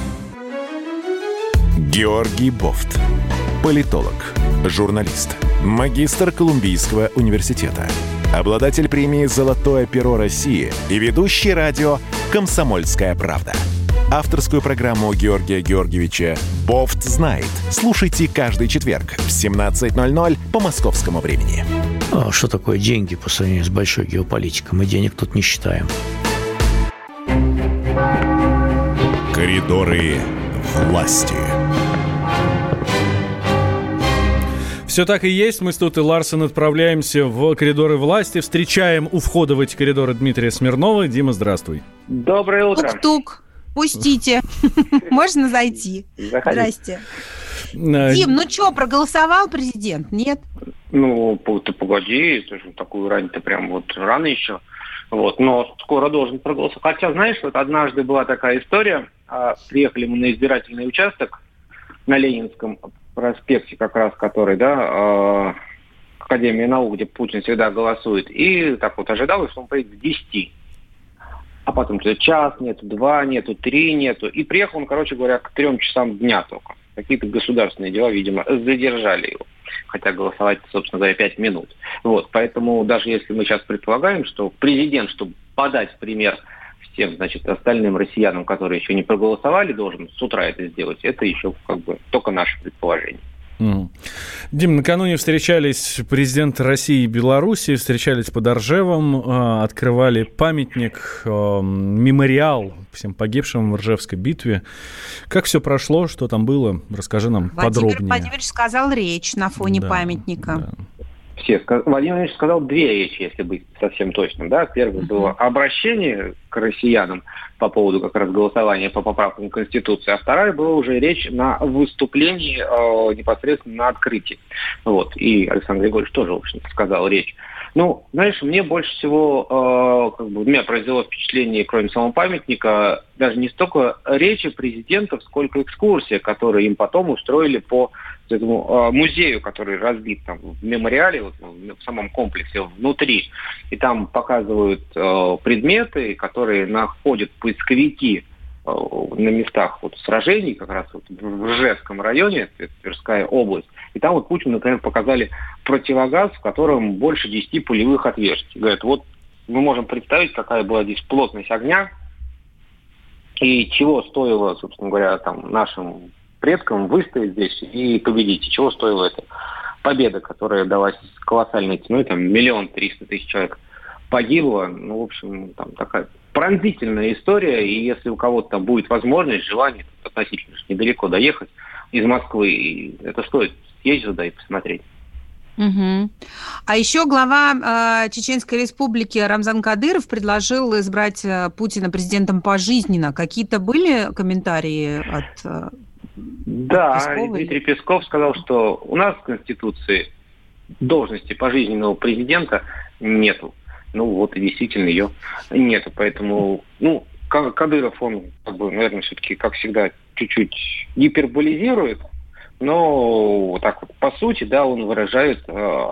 Георгий Бофт. Политолог, журналист, магистр Колумбийского университета, обладатель премии «Золотое перо России» и ведущий радио «Комсомольская правда». Авторскую программу Георгия Георгиевича «Бофт знает». Слушайте каждый четверг в 17:00 по московскому времени. Что такое деньги по сравнению с большой геополитикой? Мы денег тут не считаем. Коридоры власти. Все так и есть. Мы с Тут и Ларсен отправляемся в коридоры власти. Встречаем у входа в эти коридоры Дмитрия Смирнова. Дима, здравствуй. Доброе утро. Тук-тук. Пустите. Можно зайти. Здрасте. Дим, проголосовал президент? Нет? Ты погоди. Такую рань-то прям рано еще. Но скоро должен проголосовать. Хотя, знаешь, однажды была такая история. Приехали мы на избирательный участок на Ленинском проспекте, как раз который, Академия наук, где Путин всегда голосует. И так ожидалось, что он поедет к 10. А потом час нету, 2 нету, 3 нету. И приехал он, к 3 часам дня только. Какие-то государственные дела, видимо, задержали его. Хотя голосовать, собственно, за 5 минут. Поэтому даже если мы сейчас предполагаем, что президент, чтобы подать пример всем, остальным россиянам, которые еще не проголосовали, должен с утра это сделать, это еще только наше предположение. Дим, накануне встречались президенты России и Беларуси, встречались под Ржевом, открывали памятник, мемориал всем погибшим в Ржевской битве. Как все прошло, что там было? Расскажи нам подробнее. Владимир сказал речь на фоне памятника. Да. Владимир Владимирович сказал 2 речи, если быть совсем точным. Первое было обращение к россиянам по поводу как раз голосования по поправкам Конституции, а вторая была уже речь на выступлении непосредственно на открытии. И Александр Григорьевич тоже, в общем-то, сказал речь. Мне больше всего меня произвело впечатление, кроме самого памятника, даже не столько речи президентов, сколько экскурсия, которую им потом устроили по этому музею, который разбит там в мемориале, в самом комплексе внутри. И там показывают предметы, которые находят поисковики на местах сражений, как раз в Ржевском районе, это Тверская область. И там Путину, например, показали противогаз, в котором больше 10 пулевых отверстий. Говорят, мы можем представить, какая была здесь плотность огня, и чего стоило, собственно говоря, нашим предкам выстоять здесь и победить. И чего стоила эта победа, которая далась колоссальной ценой, 1 300 000 человек погибло. Ну, в общем, там такая пронзительная история, и если у кого-то там будет возможность, желание относительно недалеко доехать из Москвы, и это стоит съездить туда и посмотреть. Угу. А еще глава Чеченской Республики Рамзан Кадыров предложил избрать Путина президентом пожизненно. Какие-то были комментарии от Пескова? Дмитрий Песков сказал, что у нас в Конституции должности пожизненного президента нету. Ну вот, и действительно ее нету. Поэтому, Кадыров, он, наверное, все-таки, как всегда, чуть-чуть гиперболизирует. Но вот так вот, по сути, да, он выражает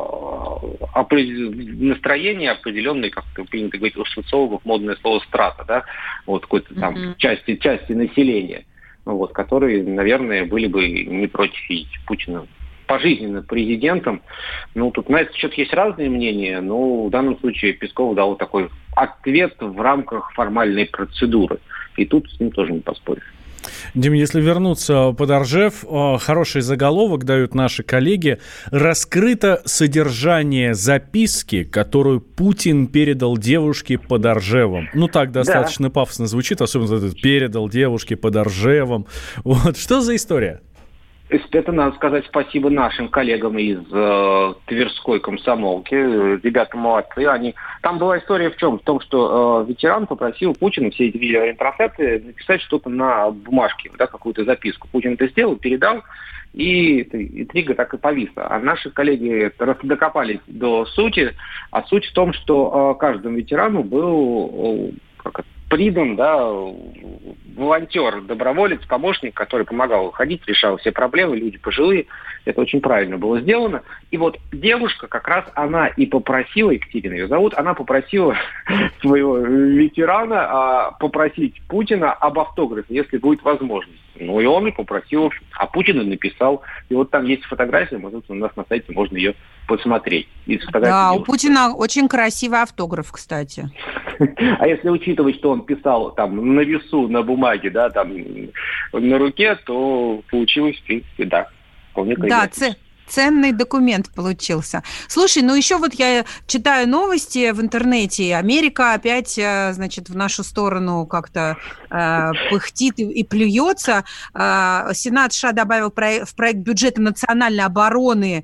настроение определенное, как принято говорить у социологов, модное слово «страта», да, вот какой-то там части населения, вот, которые, наверное, были бы не против видеть Путина пожизненно президентом. Ну, тут на этот счет есть разные мнения, но в данном случае Песков дал такой ответ в рамках формальной процедуры. И тут с ним тоже не поспоришь. Дим, если вернуться под Ржев, хороший заголовок дают наши коллеги. Раскрыто содержание записки, которую Путин передал девушке под Ржевом. Ну, так достаточно пафосно звучит, особенно этот «передал девушке под Ржевом». Вот, что за история? Это надо сказать спасибо нашим коллегам из Тверской комсомолки. Ребята молодцы. Там была история в чем? В том, что ветеран попросил Путина все эти видеоинтерцепты написать что-то на бумажке, да, какую-то записку. Путин это сделал, передал, и интрига так и повисла. А наши коллеги докопались до сути. А суть в том, что каждому ветерану был придан, да, волонтер, доброволец, помощник, который помогал ходить, решал все проблемы, люди пожилые. Это очень правильно было сделано. И вот девушка как раз она и попросила, Екатерина ее зовут, она попросила своего ветерана попросить Путина об автографе, если будет возможность. Ну и он и попросил, а Путин и написал. И вот там есть фотография, у нас на сайте можно ее посмотреть. Да, у Путина очень красивый автограф, кстати. А если учитывать, что он писал там на весу, на бумаге, да, там на руке, то получилось, в принципе, да, вполне красиво. Да, ценный документ получился. Слушай, еще вот я читаю новости в интернете. Америка опять, значит, в нашу сторону как-то пыхтит и плюется. Сенат США добавил в проект бюджета национальной обороны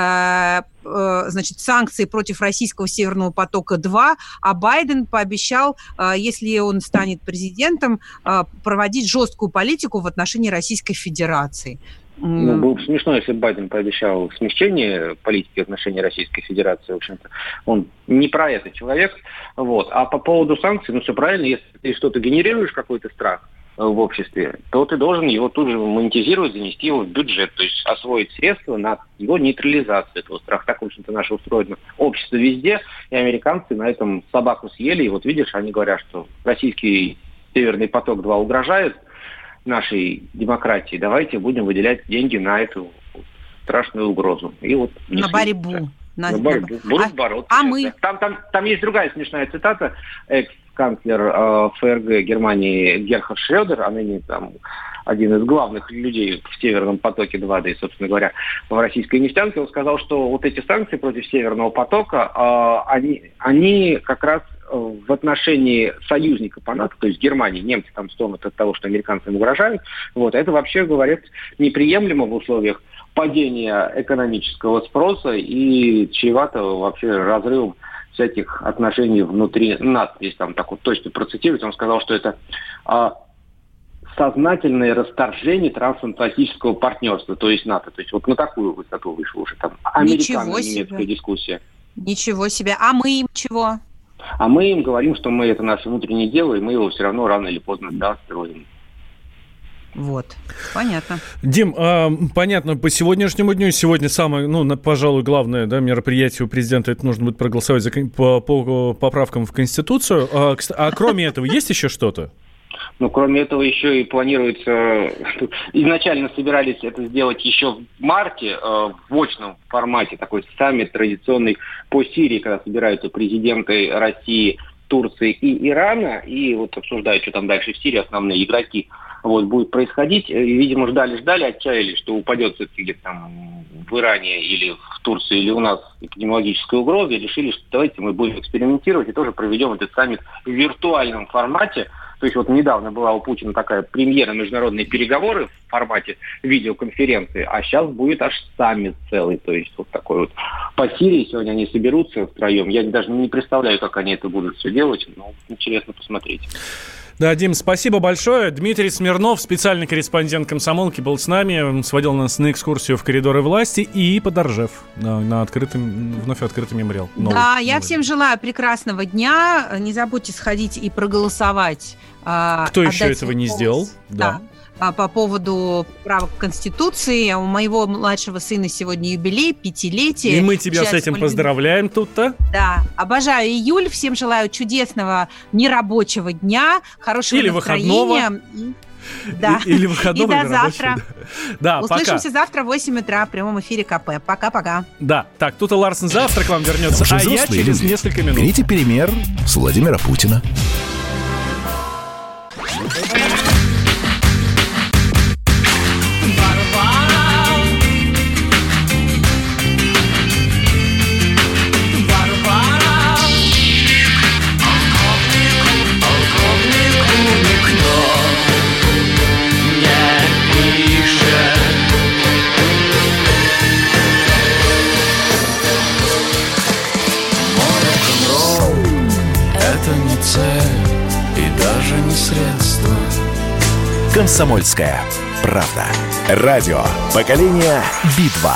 значит, санкции против российского «Северного потока-2», а Байден пообещал, если он станет президентом, проводить жесткую политику в отношении Российской Федерации. Было бы смешно, если бы Байден пообещал смягчение политики в отношении Российской Федерации. В общем-то, он не про это человек. Вот. А по поводу санкций, все правильно. Если ты что-то генерируешь, какой-то страх в обществе, то ты должен его тут же монетизировать, занести его в бюджет. То есть освоить средства на его нейтрализацию этого страха. Так, в общем-то, наше устроено общество везде. И американцы на этом собаку съели. И вот видишь, они говорят, что российский «Северный поток-2» угрожает нашей демократии, давайте будем выделять деньги на эту страшную угрозу. И вот на борьбу. На борьбу. Будут бороться. А мы? Там есть другая смешная цитата. Экс-канцлер ФРГ Германии Герхард Шредер, а ныне там один из главных людей в «Северном потоке-2», да и, собственно говоря, в российской нефтянке, он сказал, что вот эти санкции против «Северного потока», они как раз в отношении союзника по НАТО, то есть Германии, немцы там стонут от того, что американцы им угрожают. Вот, это вообще, говорят, неприемлемо в условиях падения экономического спроса и чревато вообще разрывом всяких отношений внутри НАТО. Если там так вот точно процитировать, он сказал, что это сознательное расторжение трансатлантического партнерства, то есть НАТО. То есть вот на такую высоту вышла уже там американо-немецкая дискуссия. Ничего себе. А мы им чего? А мы им говорим, что это наше внутреннее дело, и мы его все равно рано или поздно достроим. Вот, понятно. Дим, понятно, по сегодняшнему дню, сегодня самое, пожалуй, главное, да, мероприятие у президента, это нужно будет проголосовать по поправкам в Конституцю. А кроме этого, есть еще что-то? Кроме этого, еще и планируется... Изначально собирались это сделать еще в марте в очном формате, такой саммит традиционный по Сирии, когда собираются президенты России, Турции и Ирана, и вот обсуждают, что там дальше в Сирии, основные игроки, будет происходить. И, видимо, ждали, отчаялись, что упадет все-таки где-то там в Иране или в Турции, или у нас эпидемиологическая угроза, и решили, что давайте мы будем экспериментировать и тоже проведем этот саммит в виртуальном формате. То есть вот недавно была у Путина такая премьера международные переговоры в формате видеоконференции, а сейчас будет аж саммит целый. То есть вот такой вот по Сирии сегодня они соберутся втроем. Я даже не представляю, как они это будут все делать, но интересно посмотреть. Да, Дим, спасибо большое. Дмитрий Смирнов, специальный корреспондент «Комсомолки», был с нами, сводил нас на экскурсию в коридоры власти и по Ржев на вновь открытый мемориал. Я всем желаю прекрасного дня. Не забудьте сходить и проголосовать. Кто еще этого не сделал? Да. По поводу правок Конституции. У моего младшего сына сегодня юбилей, 5-летие. И мы тебя с этим поздравляем тут-то. Да, обожаю июль. Всем желаю чудесного нерабочего дня, хорошего или настроения. Выходного. Или выходного, и до завтра. Да, услышимся пока. завтра в 8 утра в прямом эфире КП. Пока-пока. Да, так, тут Ларсен завтра к вам вернется, а я через несколько минут. Берите пример с Владимира Путина. Средства. Комсомольская правда. Радио поколения Битва.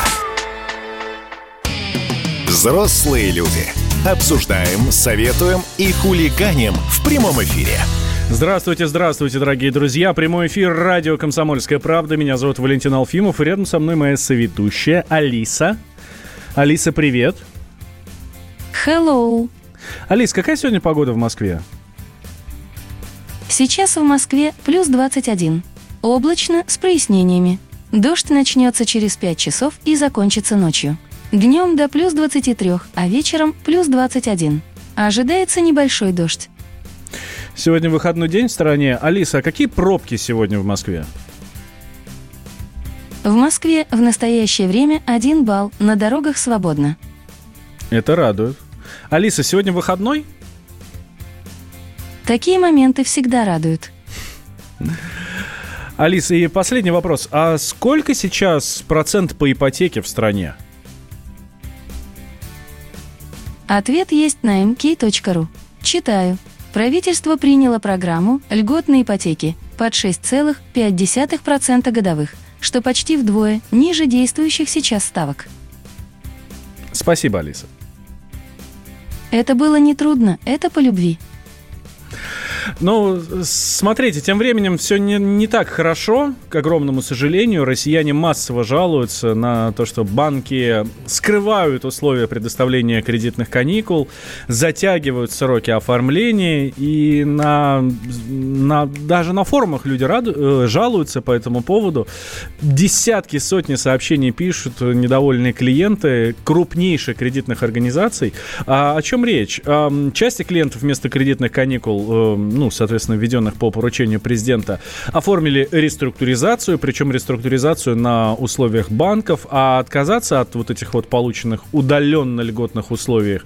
Взрослые люди. Обсуждаем, советуем и хулиганим в прямом эфире. Здравствуйте, дорогие друзья. Прямой эфир радио «Комсомольская правда». Меня зовут Валентин Алфимов. И рядом со мной моя соведущая Алиса. Алиса, привет. Hello. Алис, какая сегодня погода в Москве? Сейчас в Москве плюс 21. Облачно, с прояснениями. Дождь начнется через 5 часов и закончится ночью. Днем до плюс 23, а вечером плюс 21. Ожидается небольшой дождь. Сегодня выходной день в стране. Алиса, а какие пробки сегодня в Москве? В Москве в настоящее время 1 балл, на дорогах свободно. Это радует. Алиса, сегодня выходной? Такие моменты всегда радуют. Алиса, и последний вопрос. А сколько сейчас процент по ипотеке в стране? Ответ есть на mk.ru. Читаю. Правительство приняло программу льготной ипотеки под 6,5% годовых, что почти вдвое ниже действующих сейчас ставок. Спасибо, Алиса. Это было нетрудно, это по любви. Ну, смотрите, тем временем все не так хорошо, к огромному сожалению. Россияне массово жалуются на то, что банки скрывают условия предоставления кредитных каникул, затягивают сроки оформления, и даже на форумах люди жалуются по этому поводу. Десятки, сотни сообщений пишут недовольные клиенты крупнейших кредитных организаций. О чем речь? Части клиентов вместо кредитных каникул, соответственно, введенных по поручению президента, оформили реструктуризацию, причем реструктуризацию на условиях банков, а отказаться от вот этих вот полученных удаленно льготных условиях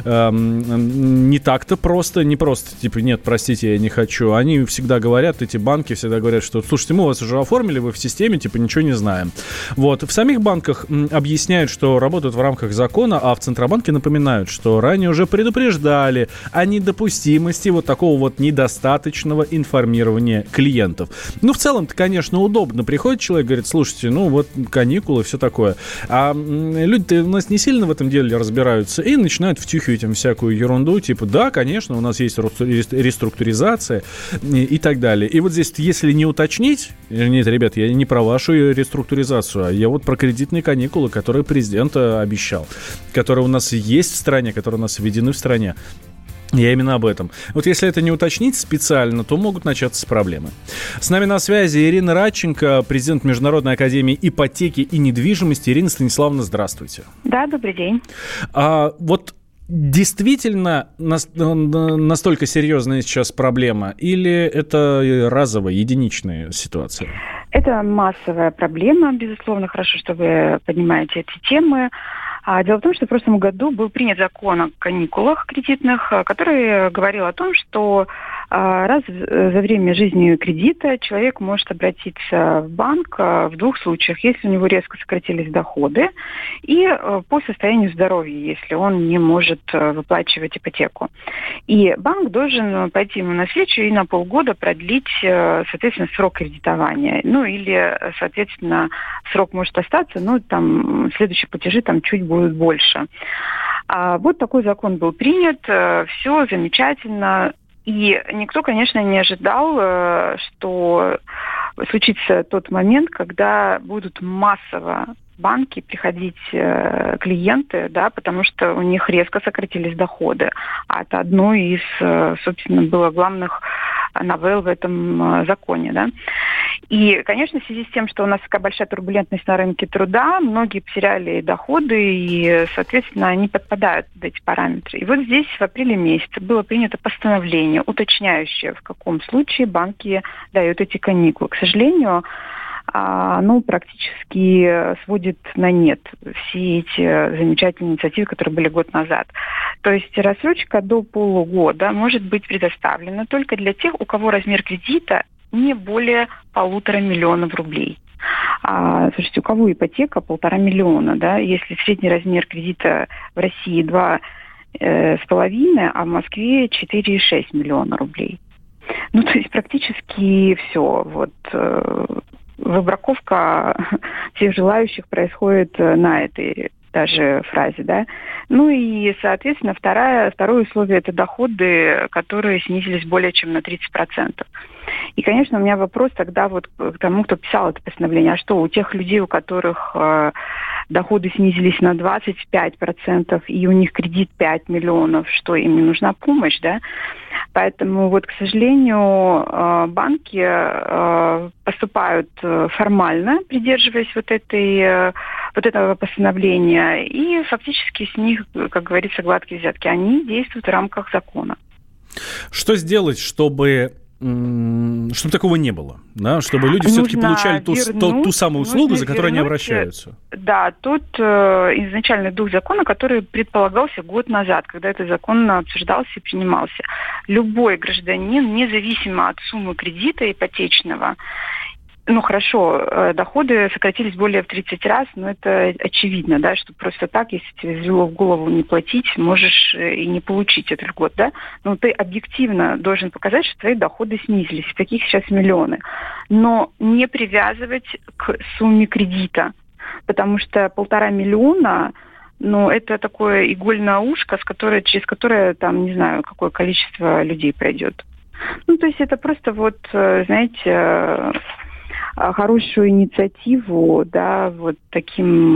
не так-то просто, не просто, типа, нет, простите, я не хочу. Они всегда говорят, эти банки всегда говорят, что, слушайте, мы вас уже оформили, вы в системе, типа, ничего не знаем. Вот. В самих банках объясняют, что работают в рамках закона, а в Центробанке напоминают, что ранее уже предупреждали о недопустимости вот такого вот недостаточного информирования клиентов. В целом-то, конечно, удобно. Приходит человек, говорит, слушайте, каникулы, все такое. А люди-то у нас не сильно в этом деле разбираются и начинают втюхивать им всякую ерунду, типа, да, конечно, у нас есть реструктуризация и так далее. И вот здесь, если не уточнить, нет, ребят, я не про вашу реструктуризацию, а я вот про кредитные каникулы, которые президент обещал, которые у нас есть в стране, которые у нас введены в стране. Я именно об этом. Вот если это не уточнить специально, то могут начаться проблемы. С нами на связи Ирина Радченко, президент Международной академии ипотеки и недвижимости. Ирина Станиславовна, здравствуйте. Да, добрый день. Вот действительно настолько серьезная сейчас проблема или это разовая, единичная ситуация? Это массовая проблема, безусловно. Хорошо, что вы понимаете эти темы. Дело в том, что в прошлом году был принят закон о каникулах кредитных, который говорил о том, что раз за время жизни кредита человек может обратиться в банк в двух случаях. Если у него резко сократились доходы и по состоянию здоровья, если он не может выплачивать ипотеку. И банк должен пойти ему навстречу и на полгода продлить, соответственно, срок кредитования. Ну или, соответственно, срок может остаться, но там следующие платежи там чуть будут больше. Вот такой закон был принят, все замечательно. И никто, конечно, не ожидал, что случится тот момент, когда будут массово банки приходить клиенты, да, потому что у них резко сократились доходы. А это одно из, собственно, было главных новелл в этом законе, да. И, конечно, в связи с тем, что у нас такая большая турбулентность на рынке труда, многие потеряли доходы, и, соответственно, они подпадают под эти параметры. И вот здесь в апреле месяце было принято постановление, уточняющее, в каком случае банки дают эти каникулы. К сожалению, оно практически сводит на нет все эти замечательные инициативы, которые были год назад. То есть рассрочка до полугода может быть предоставлена только для тех, у кого размер кредита не более 1,5 миллиона рублей. Слушайте, у кого ипотека 1,5 миллиона, да? Если средний размер кредита в России 2,5, а в Москве 4,6 миллиона рублей. Ну, то есть практически все. Вот выбраковка всех желающих происходит на этой даже фразе, да. Ну и, соответственно, второе условие – это доходы, которые снизились более чем на 30%. И, конечно, у меня вопрос тогда вот к тому, кто писал это постановление. А что, у тех людей, у которых доходы снизились на 25%, и у них кредит 5 миллионов, что им не нужна помощь, да? Поэтому, вот, к сожалению, банки поступают формально, придерживаясь вот этого постановления, и фактически с них, как говорится, гладкие взятки. Они действуют в рамках закона. Что сделать, чтобы такого не было, да? Чтобы люди все-таки получали ту самую услугу, за которой они обращаются? Да, тот изначальный дух закона, который предполагался год назад, когда этот закон обсуждался и принимался. Любой гражданин, независимо от суммы кредита ипотечного, ну, хорошо, доходы сократились более в 30 раз, но это очевидно, да, что просто так, если тебе взяло в голову не платить, можешь и не получить этот льгот, да. Но ты объективно должен показать, что твои доходы снизились, таких сейчас миллионы. Но не привязывать к сумме кредита, потому что 1,5 миллиона, ну, это такое игольное ушко, через которое, там, не знаю, какое количество людей пройдет. Ну, то есть это просто вот, знаете, хорошую инициативу, да, вот таким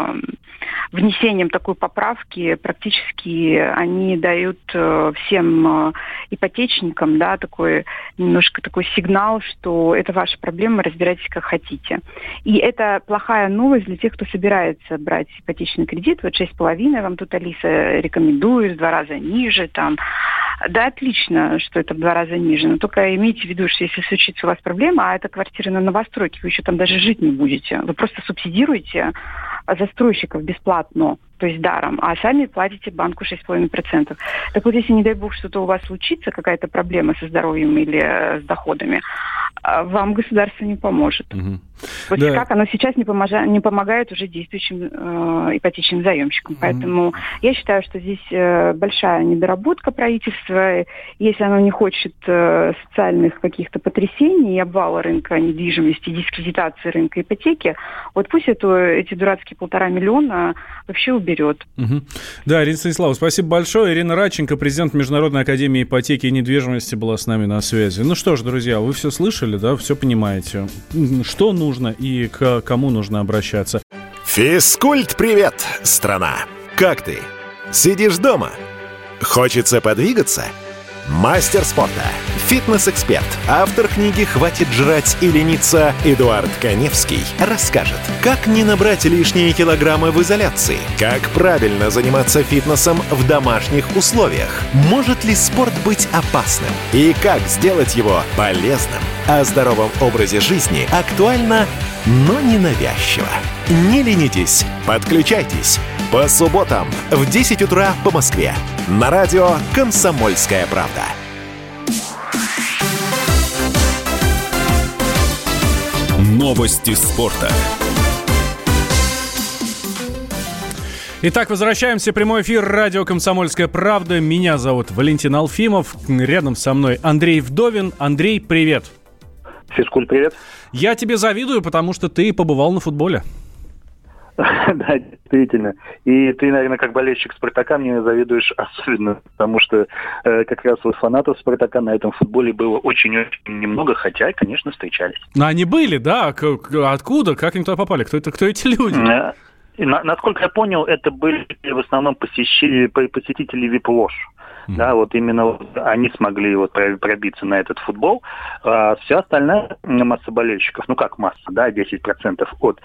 внесением такой поправки практически они дают всем ипотечникам, да, немножко такой сигнал, что это ваша проблема, разбирайтесь как хотите. И это плохая новость для тех, кто собирается брать ипотечный кредит. Вот 6,5 вам тут Алиса рекомендует, в 2 раза ниже, там. Да, отлично, что это в 2 раза ниже, но только имейте в виду, что если случится у вас проблема, а это квартира на новостройке, вы еще там даже жить не будете. Вы просто субсидируете застройщиков бесплатно, то есть даром, а сами платите банку 6,5%. Так вот, если, не дай бог, что-то у вас случится, какая-то проблема со здоровьем или с доходами, вам государство не поможет. Угу. Вот да. Как оно сейчас не помогает уже действующим ипотечным заемщикам. Поэтому я считаю, что здесь большая недоработка правительства. Если оно не хочет социальных каких-то потрясений, обвала рынка недвижимости, дискредитации рынка ипотеки, вот пусть эти дурацкие 1,5 миллиона вообще уберет. Угу. Да, Ирина Станиславовна, спасибо большое. Ирина Радченко, президент Международной академии ипотеки и недвижимости, была с нами на связи. Ну что ж, друзья, вы все слышали, да, все понимаете. Что нужно и к кому нужно обращаться. Физкульт-привет, страна! Как ты? Сидишь дома? Хочется подвигаться? Мастер спорта, Фитнес-эксперт, автор книги «Хватит жрать и лениться» Эдуард Каневский расскажет, как не набрать лишние килограммы в изоляции, как правильно заниматься фитнесом в домашних условиях, может ли спорт быть опасным и как сделать его полезным. О здоровом образе жизни актуально, но не навязчиво. Не ленитесь, подключайтесь. По субботам в 10 утра по Москве. На радио «Комсомольская правда». Новости спорта. Итак, возвращаемся в прямой эфир радио «Комсомольская правда». Меня зовут Валентин Алфимов. Рядом со мной Андрей Вдовин. Андрей, привет. Физкульт, привет. Я тебе завидую, потому что ты побывал на футболе. Да, действительно. И ты, наверное, как болельщик «Спартака» мне завидуешь особенно, потому что как раз вот фанатов «Спартака» на этом футболе было очень-очень немного, хотя, конечно, встречались. Но они были, да? Откуда? Как они туда попали? Кто эти люди? Насколько я понял, это были в основном посетители VIP-лож. Да, вот именно они смогли вот пробиться на этот футбол. А вся остальная масса болельщиков, ну как масса, да, 10% от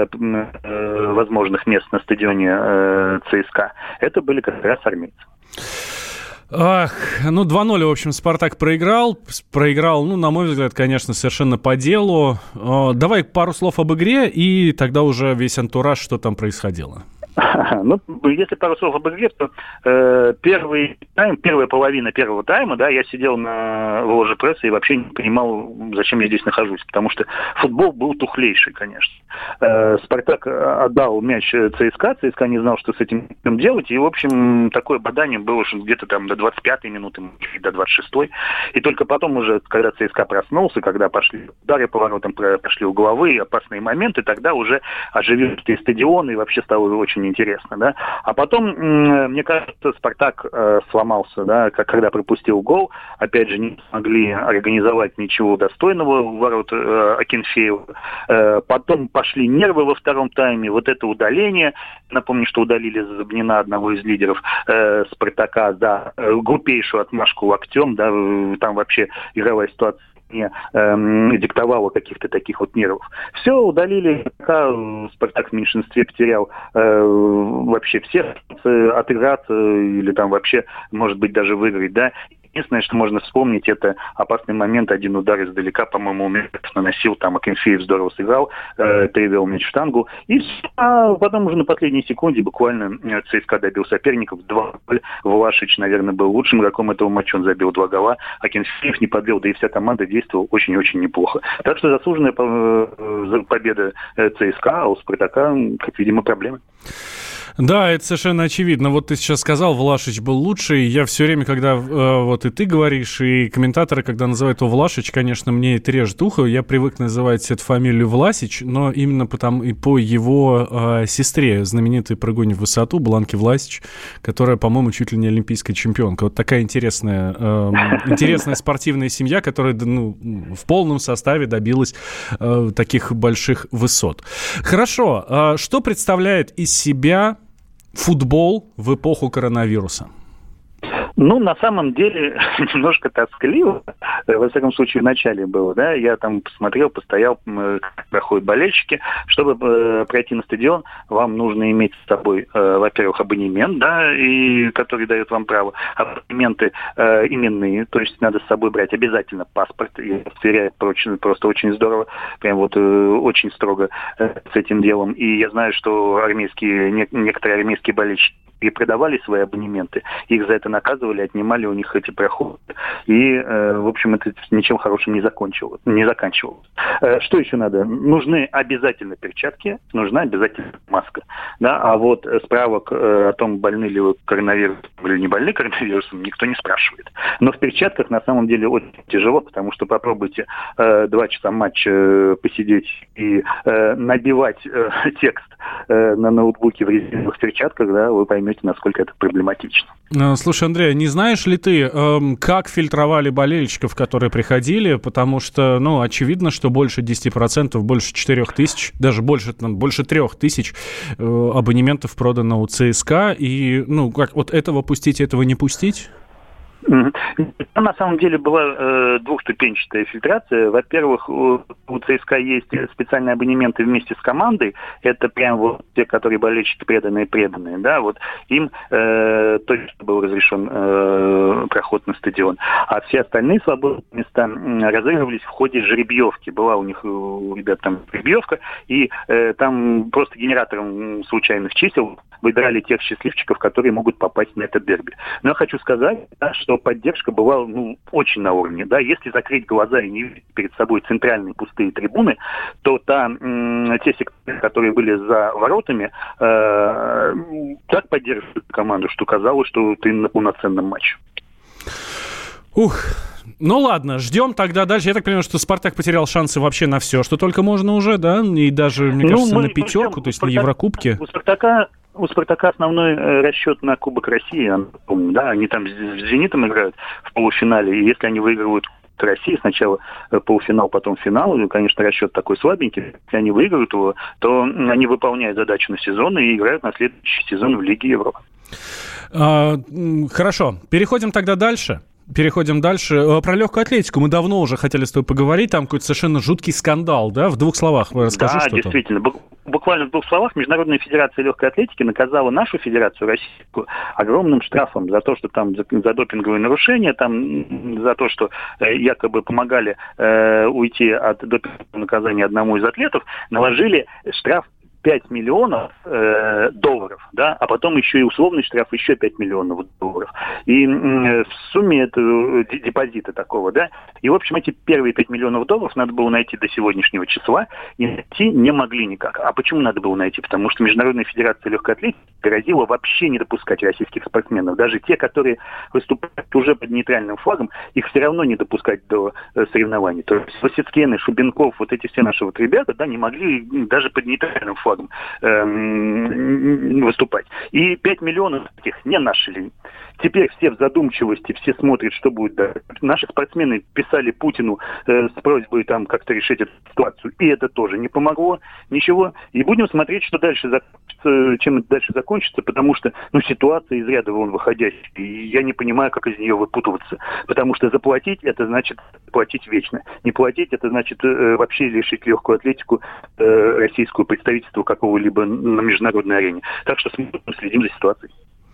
возможных мест на стадионе ЦСКА, это были как раз армейцы. Ах, 2-0, в общем, «Спартак» проиграл, на мой взгляд, конечно, совершенно по делу. Давай пару слов об игре, и тогда уже весь антураж, что там происходило. Ну, если пару слов об игре, то первая половина первого тайма, да, я сидел в ложе прессы и вообще не понимал, зачем я здесь нахожусь, потому что футбол был тухлейший, конечно. «Спартак» отдал мяч ЦСКА не знал, что с этим делать, и, в общем, такое бадание было уже где-то там до 25-й минуты, до 26-й, и только потом уже, когда ЦСКА проснулся, когда пошли удары поворотом, пошли угловые, опасные моменты, тогда уже оживился стадион, и вообще стало очень интересно, да. А потом, мне кажется, «Спартак» сломался, да, когда пропустил гол. Опять же, не смогли организовать ничего достойного в ворот Акинфеева. Потом пошли нервы во втором тайме. Вот это удаление. Напомню, что удалили Забнина, одного из лидеров «Спартака», за глупейшую отмашку локтем, да, там вообще игровая ситуация не диктовало каких-то таких вот нервов. Все, удалили, пока «Спартак» в меньшинстве потерял вообще все отыграться или там вообще, может быть, даже выиграть, да. Единственное, что можно вспомнить, это опасный момент, один удар издалека, по-моему, Умеров наносил, там Акинфеев здорово сыграл, перевел мяч в штангу, и потом уже на последней секунде буквально ЦСКА добил соперников 2-0. Влашич, наверное, был лучшим игроком этого матча, он забил 2 гола, Акинфеев не подвел, да и вся команда действовала очень-очень неплохо. Так что заслуженная победа ЦСКА, а у «Спартака», как видимо, проблемы. Да, это совершенно очевидно. Вот ты сейчас сказал, Влашич был лучший. Я все время, когда вот и ты говоришь, и комментаторы, когда называют его Влашич, конечно, мне это режет ухо. Я привык называть эту фамилию Власич, но именно потому и по его сестре, знаменитой прыгунье в высоту, Бланке Власич, которая, по-моему, чуть ли не олимпийская чемпионка. Вот такая интересная спортивная семья, которая в полном составе добилась таких больших высот. Хорошо. Что представляет из себя футбол в эпоху коронавируса? Ну, на самом деле, немножко тоскливо, во всяком случае, в начале было, да, я там посмотрел, постоял, как проходят болельщики. Чтобы пройти на стадион, вам нужно иметь с собой, во-первых, абонемент, да, и который дает вам право. Абонементы именные, то есть надо с собой брать обязательно паспорт, и сверяет просто очень здорово, прям вот очень строго с этим делом. И я знаю, что некоторые армейские болельщики перепродавали свои абонементы, их за это наказывали, отнимали у них эти проходы. И, в общем, это ничем хорошим не заканчивалось. Что еще надо? Нужны обязательно перчатки, нужна обязательно маска. Да? А вот справок о том, больны ли вы коронавирусом или не больны коронавирусом, никто не спрашивает. Но в перчатках на самом деле очень тяжело, потому что попробуйте 2 часа матч посидеть и набивать текст на ноутбуке в резиновых перчатках, да, вы поймете, насколько это проблематично. Слушай, Андрей, не знаешь ли ты, как фильтровали болельщиков, которые приходили? Потому что, очевидно, что больше 10%, больше 4 тысяч, даже больше 3 тысяч абонементов продано у ЦСКА. И, как вот этого пустить, этого не пустить? Там на самом деле была двухступенчатая фильтрация. Во-первых, у ЦСКА есть специальные абонементы вместе с командой. Это прям вот те, которые болельщики преданные, да, вот им точно был разрешен проход на стадион. А все остальные свободные места разыгрывались в ходе жеребьевки. Была у них, у ребят там жеребьевка, и там просто генератором случайных чисел выбирали тех счастливчиков, которые могут попасть на это дерби. Но я хочу сказать, да, что поддержка была очень на уровне. Да? Если закрыть глаза и не видеть перед собой центральные пустые трибуны, то те секторы, которые были за воротами, так поддерживают команду, что казалось, что ты на полноценном матче. Ну ладно, ждем тогда дальше. Я так понимаю, что «Спартак» потерял шансы вообще на все, что только можно уже, да? И даже, мне кажется, на пятерку, то есть на Еврокубке. У «Спартака» основной расчет на Кубок России, помню, да, они там с «Зенитом» играют в полуфинале, и если они выигрывают России, сначала полуфинал, потом финал, и, конечно, расчет такой слабенький, если они выиграют его, то они выполняют задачу на сезон и играют на следующий сезон в Лиге Европы. Хорошо, переходим тогда дальше. Про легкую атлетику мы давно уже хотели с тобой поговорить. Там какой-то совершенно жуткий скандал, да? В двух словах расскажи, что там. Да, действительно. Буквально в двух словах. Международная федерация легкой атлетики наказала нашу федерацию российскую огромным штрафом за то, что там за допинговые нарушения, там за то, что якобы помогали уйти от допингового наказания одному из атлетов, наложили штраф 5 миллионов долларов, да, а потом еще и условный штраф еще 5 миллионов долларов. И в сумме это депозита такого, да. И, в общем, эти первые 5 миллионов долларов надо было найти до сегодняшнего числа, и найти не могли никак. А почему надо было найти? Потому что Международная федерация легкой атлетики грозила вообще не допускать российских спортсменов. Даже те, которые выступают уже под нейтральным флагом, их все равно не допускать до соревнований. То есть Васицкены, Шубенков, вот эти все наши вот ребята, да, не могли даже под нейтральным флагом выступать. И 5 миллионов таких не нашли. Теперь все в задумчивости, все смотрят, что будет дальше. Наши спортсмены писали Путину с просьбой там как-то решить эту ситуацию, и это тоже не помогло, ничего. И будем смотреть, что дальше закончится, чем это дальше закончится, потому что ситуация из ряда вон выходящая, и я не понимаю, как из нее выпутываться. Потому что заплатить, это значит платить вечно. Не платить, это значит вообще лишить легкую атлетику российскую представительство какого-либо на международной арене. Так что следим за ситуацией.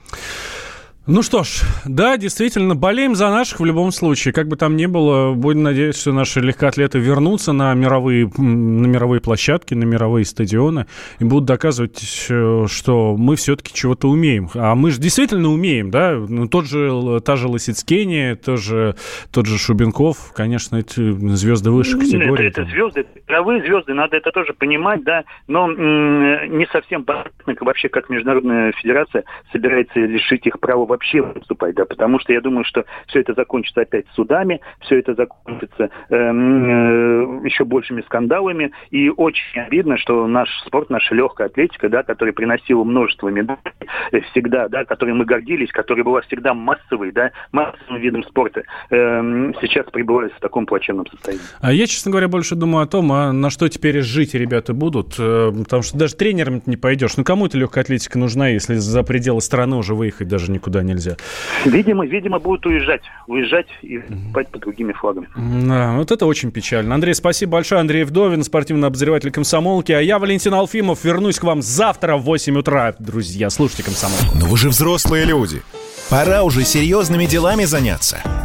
Ну что ж, да, действительно, болеем за наших в любом случае. Как бы там ни было, будем надеяться, что наши легкоатлеты вернутся на мировые площадки, на мировые стадионы и будут доказывать, что мы все-таки чего-то умеем. А мы же действительно умеем, да? Та же Лосицкене, тот же Шубенков, конечно, эти звезды высшей категории. Это звезды, это мировые звезды, надо это тоже понимать, да, но не совсем понятно вообще, как Международная федерация собирается лишить их права вообще выступать, да, потому что я думаю, что все это закончится опять судами, все это закончится еще большими скандалами, и очень обидно, что наш спорт, наша легкая атлетика, да, которая приносила множество медалей всегда, да, которой мы гордились, которая была всегда массовой, да, массовым видом спорта, сейчас пребывает в таком плачевном состоянии. А я, честно говоря, больше думаю о том, на что теперь жить ребята будут, потому что даже тренером не пойдешь. Кому эта легкая атлетика нужна, если за пределы страны уже выехать даже никуда нельзя? Видимо, будут уезжать и спать под другими флагами. Да, вот это очень печально. Андрей, спасибо большое. Андрей Вдовин, спортивный обозреватель «Комсомолки». А я, Валентин Алфимов, вернусь к вам завтра в 8 утра. Друзья, слушайте «Комсомолку». Но вы же взрослые люди. Пора уже серьезными делами заняться.